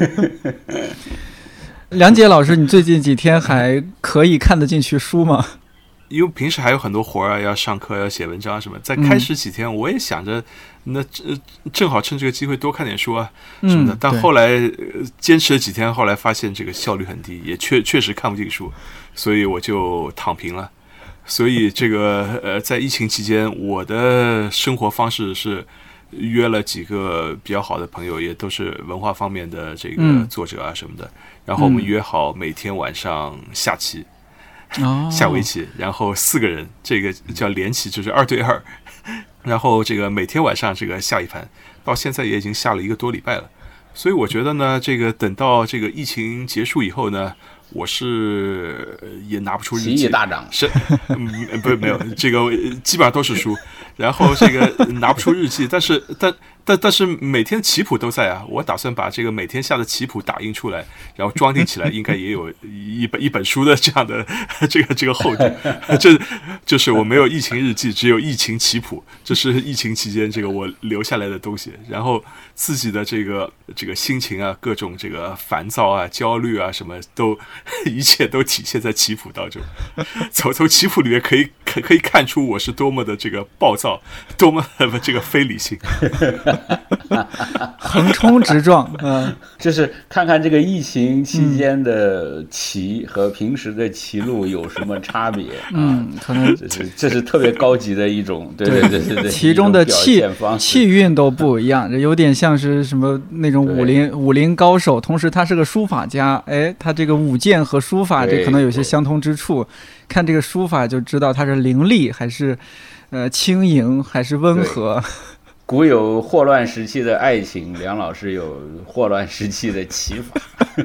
梁杰老师，你最近几天还可以看得进去书吗？ 因为平时还有很多活啊，要上课，要写文章什么。在开始几天，我也想着，那正好趁这个机会多看点书啊什么的。但后来坚持了几天，后来发现这个效率很低，也确实看不进书，所以我就躺平了。所以这个在疫情期间，我的生活方式是约了几个比较好的朋友，也都是文化方面的这个作者啊什么的。然后我们约好每天晚上下棋。下围棋，然后4个人，这个叫连棋，就是2对2，然后这个每天晚上这个下一盘，到现在也已经下了1个多礼拜了。所以我觉得呢，这个等到这个疫情结束以后呢，我是也拿不出日记， 棋艺大涨是，不是没有，这个基本上都是书，然后这个拿不出日记，但是每天棋谱都在啊，我打算把这个每天下的棋谱打印出来，然后装订起来，应该也有一本书的这样的这个厚度。这就是我没有疫情日记，只有疫情棋谱，这是疫情期间这个我留下来的东西。然后自己的这个心情啊，各种这个烦躁啊、焦虑啊，什么都一切都体现在棋谱当中。从棋谱里面可以看出我是多么的这个暴躁，多么的这个非理性。 横冲直撞， 就是看看这个疫情期间的棋和平时的棋路有什么差别。 可能这是特别高级的一种，对， 其中的气韵都不一样，这有点像是什么那种武林高手，同时他是个书法家，他这个舞剑和书法这可能有些相通之处，看这个书法就知道他是凌厉还是轻盈还是温和。 古有霍乱时期的爱情，梁老师有霍乱时期的棋法。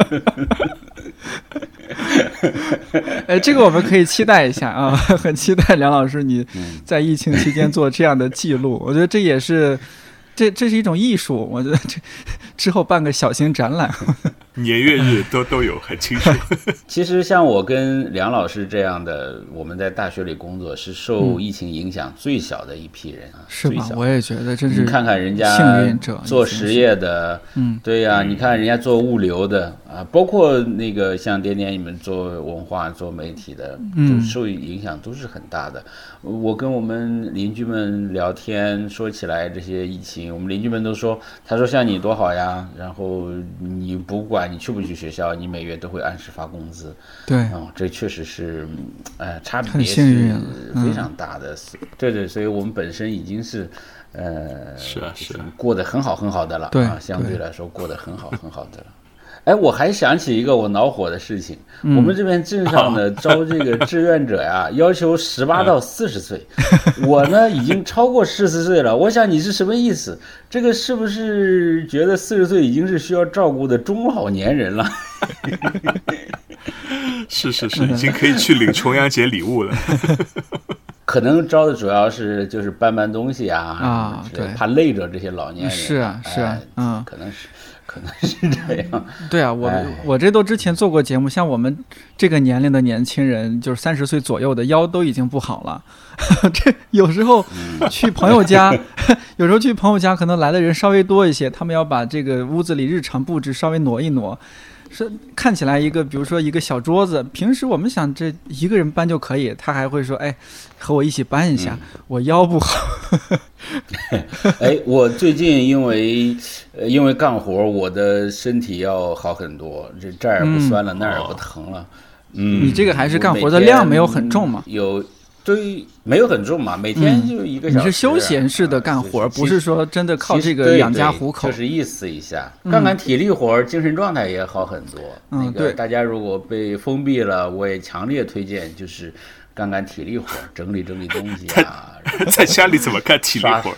这个我们可以期待一下啊，很期待梁老师你在疫情期间做这样的记录。我觉得这也是这是一种艺术，我觉得这之后办个小型展览。 年月日都有很清楚。 其实像我跟梁老师这样的，我们在大学里工作是受疫情影响最小的一批人啊， 是吧？我也觉得这是你看看人家做实业的，对呀，你看人家做物流的啊，包括那个像点点你们做文化、做媒体的，就受影响都是很大的。我跟我们邻居们聊天，说起来这些疫情，我们邻居们都说，他说像你多好呀，然后你不管你去不去学校，你每月都会按时发工资。 对， 这确实是，差别是非常大的。对，所以我们本身已经是， 是过得很好很好的了， 对啊，相对来说过得很好很好的了。哎，我还想起一个我恼火的事情，我们这边镇上呢招这个志愿者呀，要求18到40岁，我呢已经超过40岁了。我想你是什么意思？这个是不是觉得40岁已经是需要照顾的中老年人了？ 是，已经可以去领重阳节礼物了。 可能招的主要是就是搬东西对， 怕累着这些老年人。 是啊， 可能是这样。 对啊，我这都之前做过节目，像我们这个年龄的年轻人，就是30岁左右的腰都已经不好了。这有时候去朋友家，可能来的人稍微多一些，他们要把这个屋子里日常布置稍微挪一挪。是看起来比如说一个小桌子，平时我们想这一个人搬就可以，他还会说，哎，和我一起搬一下，我腰不好。 哎，我最近因为干活，我的身体要好很多，这儿不酸了，那儿也不疼了。 你这个还是干活的量没有很重嘛？ 对，没有很重嘛，每天就1个小时。 你是休闲式的干活，不是说真的靠这个养家糊口。 就是意思一下，干干体力活，精神状态也好很多。 对， 大家如果被封闭了，我也强烈推荐就是干干体力活，整理东西啊。 在家里怎么干体力活？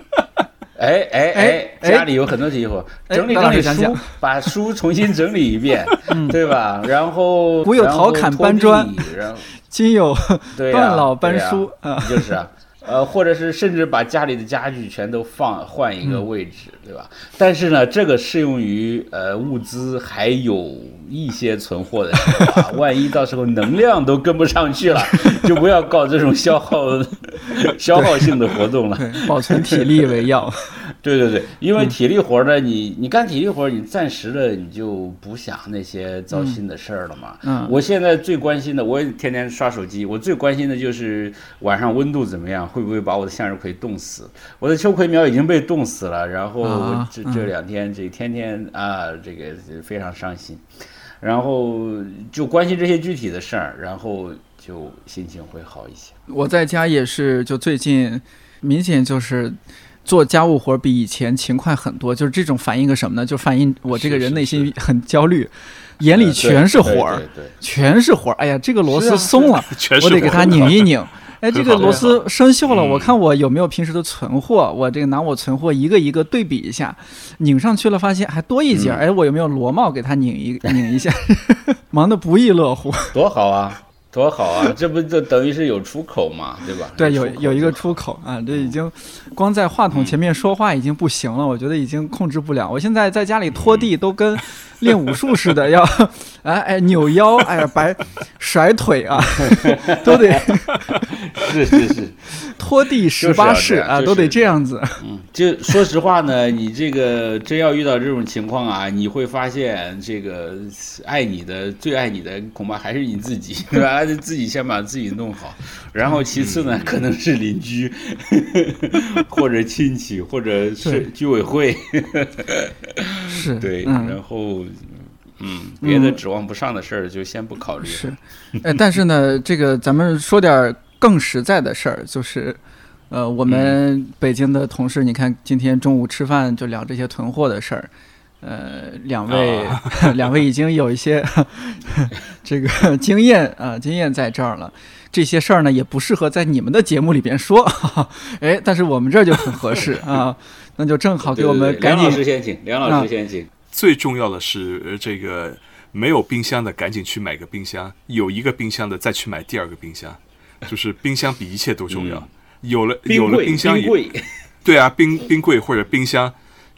家里有很多体力活，整理书，把书重新整理一遍，对吧？然后古有陶侃搬砖，今有半老搬书就是啊。或者是甚至把家里的家具全都换一个位置，对吧？但是呢，这个适用于物资还有一些存货的时候啊，万一到时候能量都跟不上去了，就不要搞这种消耗性的活动了。 对，保存体力为要。 对，因为体力活呢，你干体力活，你暂时的你就不想那些糟心的事儿了嘛。我现在最关心的，我天天刷手机，我最关心的就是晚上温度怎么样，会不会把我的向日葵冻死？我的秋葵苗已经被冻死了，然后我这2天天天这个非常伤心，然后就关心这些具体的事儿，然后就心情会好一些。 我在家也是，就最近明显就是做家务活比以前勤快很多，就是这种反映个什么呢？就反映我这个人内心很焦虑，眼里全是火儿，全是火儿。哎呀，这个螺丝松了，我得给它拧一拧。哎，这个螺丝生锈了，我看我有没有平时的存货，我这个拿我存货一个一个对比一下，拧上去了发现还多一截，哎，我有没有螺帽给它拧一下，忙得不亦乐乎， 多好啊！多好啊！这不就等于是有出口嘛，对吧？ 对，有一个出口啊！这已经光在话筒前面说话已经不行了，我觉得已经控制不了。我现在在家里拖地都跟练武术似的，要扭腰，甩腿啊，都得是拖地18式啊，都得这样子。 就说实话呢，你这个真要遇到这种情况啊，你会发现这个最爱你的恐怕还是你自己，对吧？自己先把自己弄好，然后其次呢，可能是邻居或者亲戚或者是居委会， 是对，然后别的指望不上的事儿就先不考虑。 是，但是呢，这个咱们说点更实在的事儿，就是我们北京的同事，你看今天中午吃饭就聊这些囤货的事儿。两位已经有一些这个经验在这儿了。这些事儿呢，也不适合在你们的节目里边说，但是我们这儿就很合适啊。那就正好给我们赶紧。 梁老师先请。 最重要的是这个没有冰箱的赶紧去买个冰箱，有一个冰箱的再去买第二个冰箱，就是冰箱比一切都重要。有了冰箱也对啊，冰柜或者冰箱。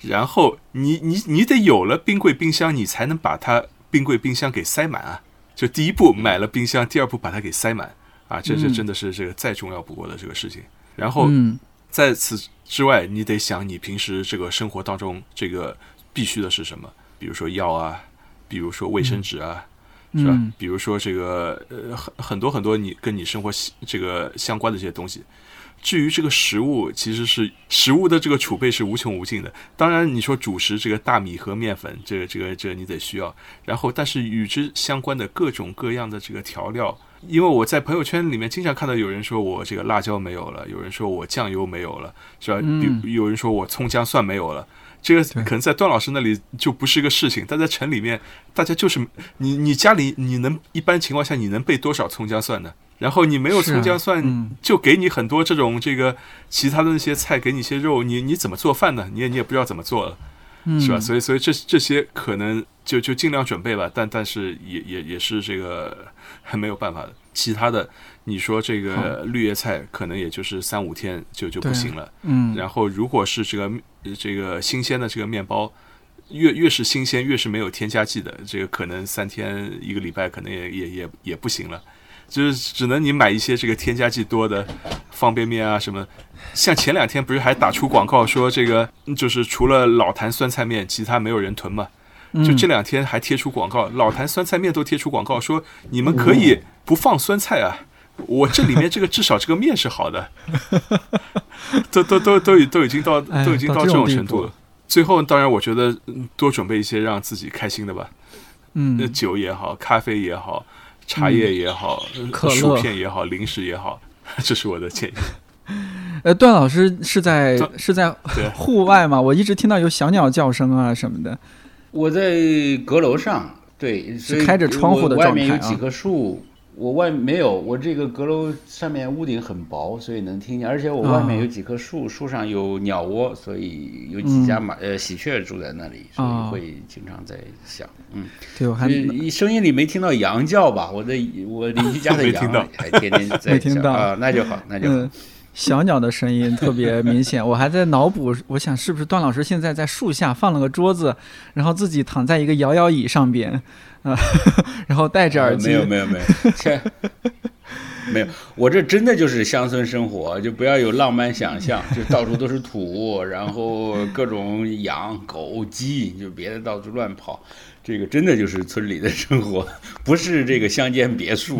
然后你得有了冰柜冰箱，你才能把它冰柜冰箱给塞满啊。就第一步买了冰箱，第二步把它给塞满啊，这真的是这个再重要不过的这个事情。然后在此之外，你得想你平时这个生活当中这个必须的是什么，比如说药啊，比如说卫生纸啊，是吧？比如说这个很多你跟你生活这个相关的这些东西。至于这个食物，其实是食物的这个储备是无穷无尽的。当然，你说主食这个大米和面粉，这个你得需要。然后，但是与之相关的各种各样的这个调料，因为我在朋友圈里面经常看到有人说我这个辣椒没有了，有人说我酱油没有了，是吧？有人说我葱姜蒜没有了。这个可能在段老师那里就不是个事情，但在城里面，大家就是你家里你能一般情况下你能备多少葱姜蒜呢？然后你没有葱姜蒜，就给你很多这种这个其他的那些菜，给你一些肉，你怎么做饭呢？你也不知道怎么做了，是吧？所以这些可能就尽量准备吧，但是也是这个很没有办法的。其他的你说这个绿叶菜可能也就是3-5天就不行了，然后如果是这个新鲜的这个面包，越是新鲜越是没有添加剂的，这个可能3天1个礼拜可能也不行了。就是只能你买一些这个添加剂多的方便面啊什么，像前2天不是还打出广告说这个就是除了老坛酸菜面，其他没有人囤嘛？就这2天还贴出广告，老坛酸菜面都贴出广告说你们可以不放酸菜啊，我这里面这个至少这个面是好的，都已经到这种程度了。最后当然我觉得多准备一些让自己开心的吧，酒也好，咖啡也好。茶叶也好，薯片也好，零食也好，这是我的建议。 段老师是在户外吗？我一直听到有小鸟叫声啊什么的。 我在阁楼上，对， 是开着窗户的状态啊。 外面有几棵树，我外面没有，我这个阁楼上面屋顶很薄，所以能听见。而且我外面有几棵树，树上有鸟窝，所以有几家喜鹊住在那里，所以会经常在响。 对，我还声音里没听到羊叫吧？我邻居家的羊还天天在没听到啊，那就好，那就好。 小鸟的声音特别明显，我还在脑补，我想是不是段老师现在在树下放了个桌子，然后自己躺在一个摇摇椅上边，然后戴着耳机。 没有，没有，我这真的就是乡村生活，就不要有浪漫想象，就到处都是土，然后各种羊、狗、鸡，就别的到处乱跑。这个真的就是村里的生活，不是这个乡间别墅。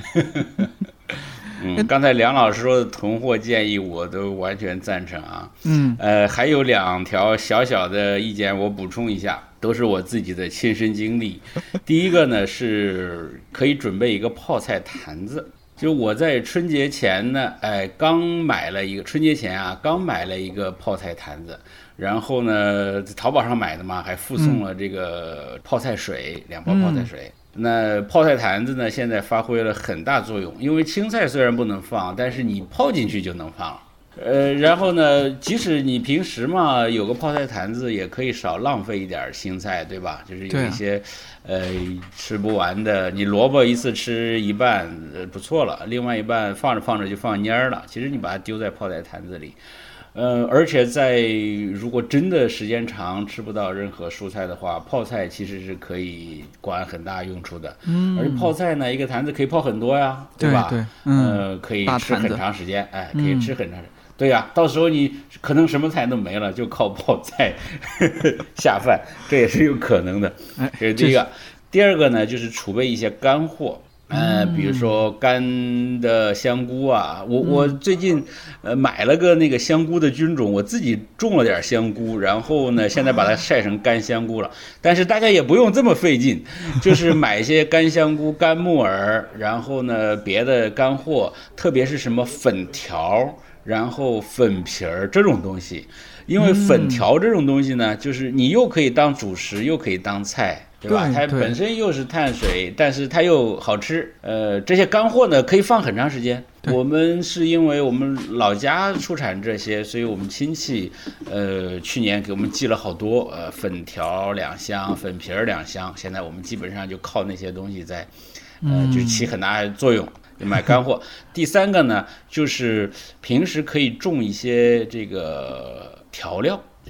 刚才梁老师说的囤货建议我都完全赞成啊。还有2条小小的意见我补充一下，都是我自己的亲身经历。第一个呢是可以准备一个泡菜坛子，就我在春节前呢，刚买了一个泡菜坛子，然后呢淘宝上买的嘛，还附送了这个泡菜水2包泡菜水。那泡菜坛子呢，现在发挥了很大作用，因为青菜虽然不能放，但是你泡进去就能放了。然后呢，即使你平时嘛有个泡菜坛子，也可以少浪费一点青菜，对吧？就是有一些吃不完的，你萝卜一次吃一半不错了，另外一半放着放着就放蔫了。其实你把它丢在泡菜坛子里。而且如果真的时间长吃不到任何蔬菜的话，泡菜其实是可以管很大用处的。而且泡菜呢，一个坛子可以泡很多呀，对吧？可以吃很长时间，可以吃很长时间。对呀，到时候你可能什么菜都没了，就靠泡菜下饭，这也是有可能的。这是第一个。第二个呢，就是储备一些干货。比如说干的香菇啊，我最近买了个那个香菇的菌种，我自己种了点香菇，然后呢现在把它晒成干香菇了。但是大家也不用这么费劲，就是买一些干香菇、干木耳，然后呢别的干货，特别是什么粉条，然后粉皮儿这种东西。因为粉条这种东西呢，就是你又可以当主食，又可以当菜。对吧？它本身又是碳水，但是它又好吃。这些干货呢可以放很长时间。我们是因为我们老家出产这些，所以我们亲戚去年给我们寄了好多粉条2箱，粉皮儿2箱。现在我们基本上就靠那些东西在就起很大作用。买干货。第三个呢，就是平时可以种一些这个调料。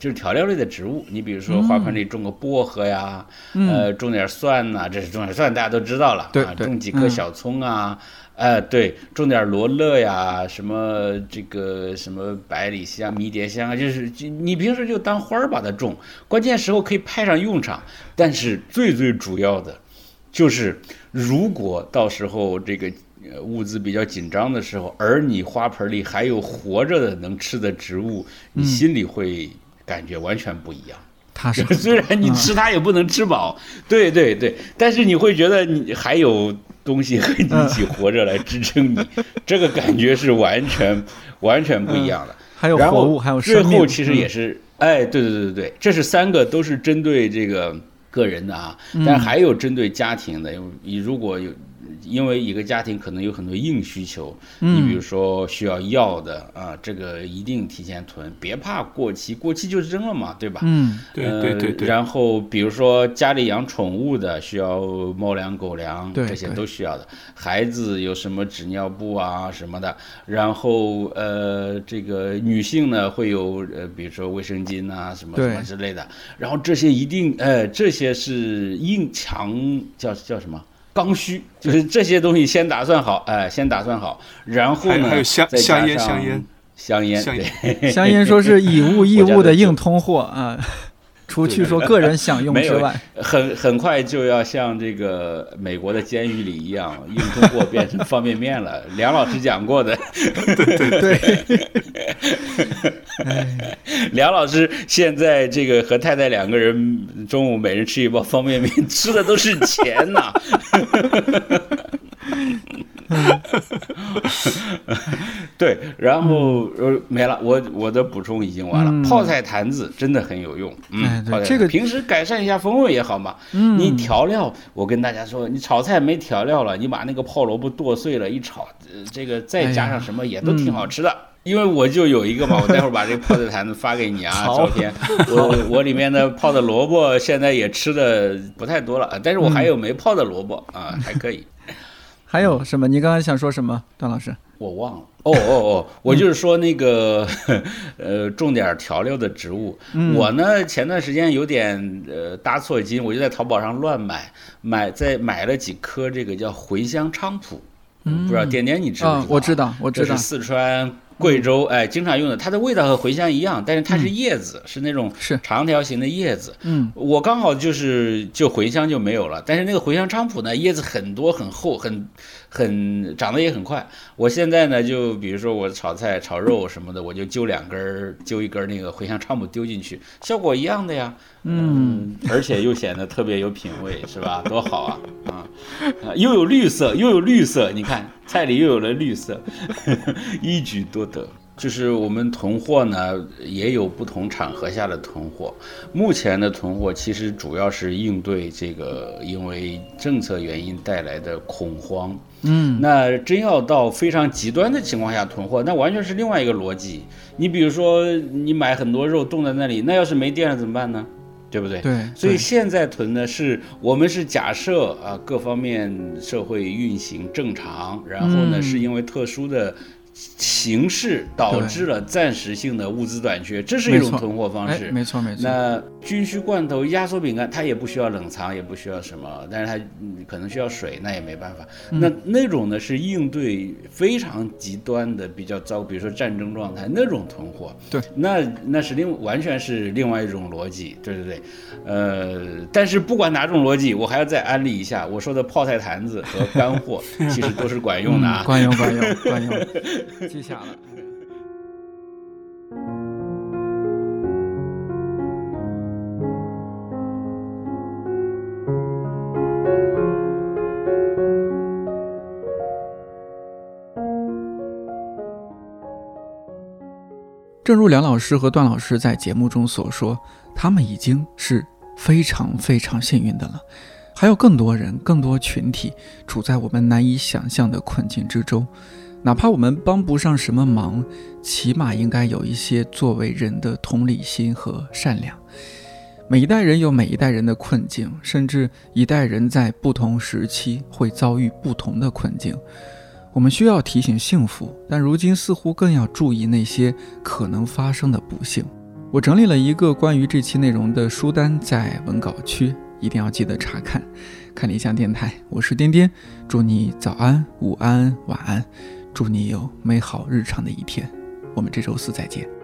就是调料类的植物。你比如说花盆里种个薄荷呀，种点蒜呐，这是种点蒜大家都知道了， 对， 种几颗小葱啊。对，种点罗勒呀，什么这个什么百里香、迷迭香啊，就是你平时就当花儿把它种，关键时候可以派上用场。但是最主要的，就是如果到时候这个物资比较紧张的时候，而你花盆里还有活着的能吃的植物，你心里会感觉完全不一样。虽然你吃它也不能吃饱，对，但是你会觉得你还有东西和你一起活着来支撑你，这个感觉是完全不一样的。 还有活物，还有生命。 最后其实也是，对，这是3个都是针对这个个人的啊，但还有针对家庭的。你如果因为一个家庭可能有很多硬需求，你比如说需要药的啊，这个一定提前囤，别怕过期就扔了嘛，对吧？ 对。 然后比如说家里养宠物的，需要猫粮、狗粮，这些都需要的。孩子有什么纸尿布啊什么的，然后这个女性呢会有比如说卫生巾啊什么之类的，然后这些一定这些是强叫什么？刚需，就是这些东西先打算好，然后呢， 还有香烟， 对， 香烟说是以物易物的硬通货啊，除去说个人享用之外， 很快就要像这个美国的监狱里一样，硬通货变成方便面了。梁老师讲过的， 对。 梁老师现在这个和太太2个人中午每人吃一包方便面，吃的都是钱呐。对，然后没了，我的补充已经完了。泡菜坛子真的很有用， 这个平时改善一下风味也好嘛。你调料，我跟大家说，你炒菜没调料了，你把那个泡萝卜剁碎了一炒，这个再加上什么也都挺好吃的。因为我就有一个嘛，我待会儿把这个泡菜坛子发给你啊，照片。我里面的泡的萝卜现在也吃的不太多了，但是我还有没泡的萝卜啊，还可以。 还有什么？你刚才想说什么，段老师？ 我忘了。我就是说那个种点调料的植物。我呢前段时间有点搭错筋，我就在淘宝上乱买了几颗这个叫茴香菖蒲。不知道点你知不知道？ 我知道， 这是四川贵州经常用的，它的味道和茴香一样，但是它是叶子，是那种长条形的叶子。我刚好就茴香就没有了，但是那个茴香菖蒲呢，叶子很多很厚，很长得也很快。我现在呢就比如说我炒菜炒肉什么的，我就揪一根那个茴香菖蒲丢进去，效果一样的呀。而且又显得特别有品味，是吧？多好啊！又有绿色，你看菜里又有了绿色，一举多得。就是我们囤货呢，也有不同场合下的囤货。目前的囤货其实主要是应对这个因为政策原因带来的恐慌。那真要到非常极端的情况下囤货，那完全是另外一个逻辑。你比如说，你买很多肉冻在那里，那要是没电了怎么办呢？对不对？ 对， 所以现在囤呢，我们是假设各方面社会运行正常，然后呢，是因为特殊的形势导致了暂时性的物资短缺，这是一种囤货方式。 没错。 那军需罐头、压缩饼干，它也不需要冷藏，也不需要什么，但是它可能需要水，那也没办法。那种呢是应对非常极端的比较糟，比如说战争状态那种囤货。 对， 那是完全是另外一种逻辑。对。但是不管哪种逻辑，我还要再安利一下，我说的泡菜坛子和干货其实都是管用的啊。 管用。记下了。正如梁老师和段老师在节目中所说，他们已经是非常非常幸运的了。还有更多人、更多群体处在我们难以想象的困境之中。哪怕我们帮不上什么忙，起码应该有一些作为人的同理心和善良。每一代人有每一代人的困境，甚至一代人在不同时期会遭遇不同的困境。我们需要提醒幸福，但如今似乎更要注意那些可能发生的不幸。 我整理了一个关于这期内容的书单在文稿区，一定要记得查看。看理想电台，我是颠颠，祝你早安、午安、晚安，祝你有美好日常的一天。我们这周四再见。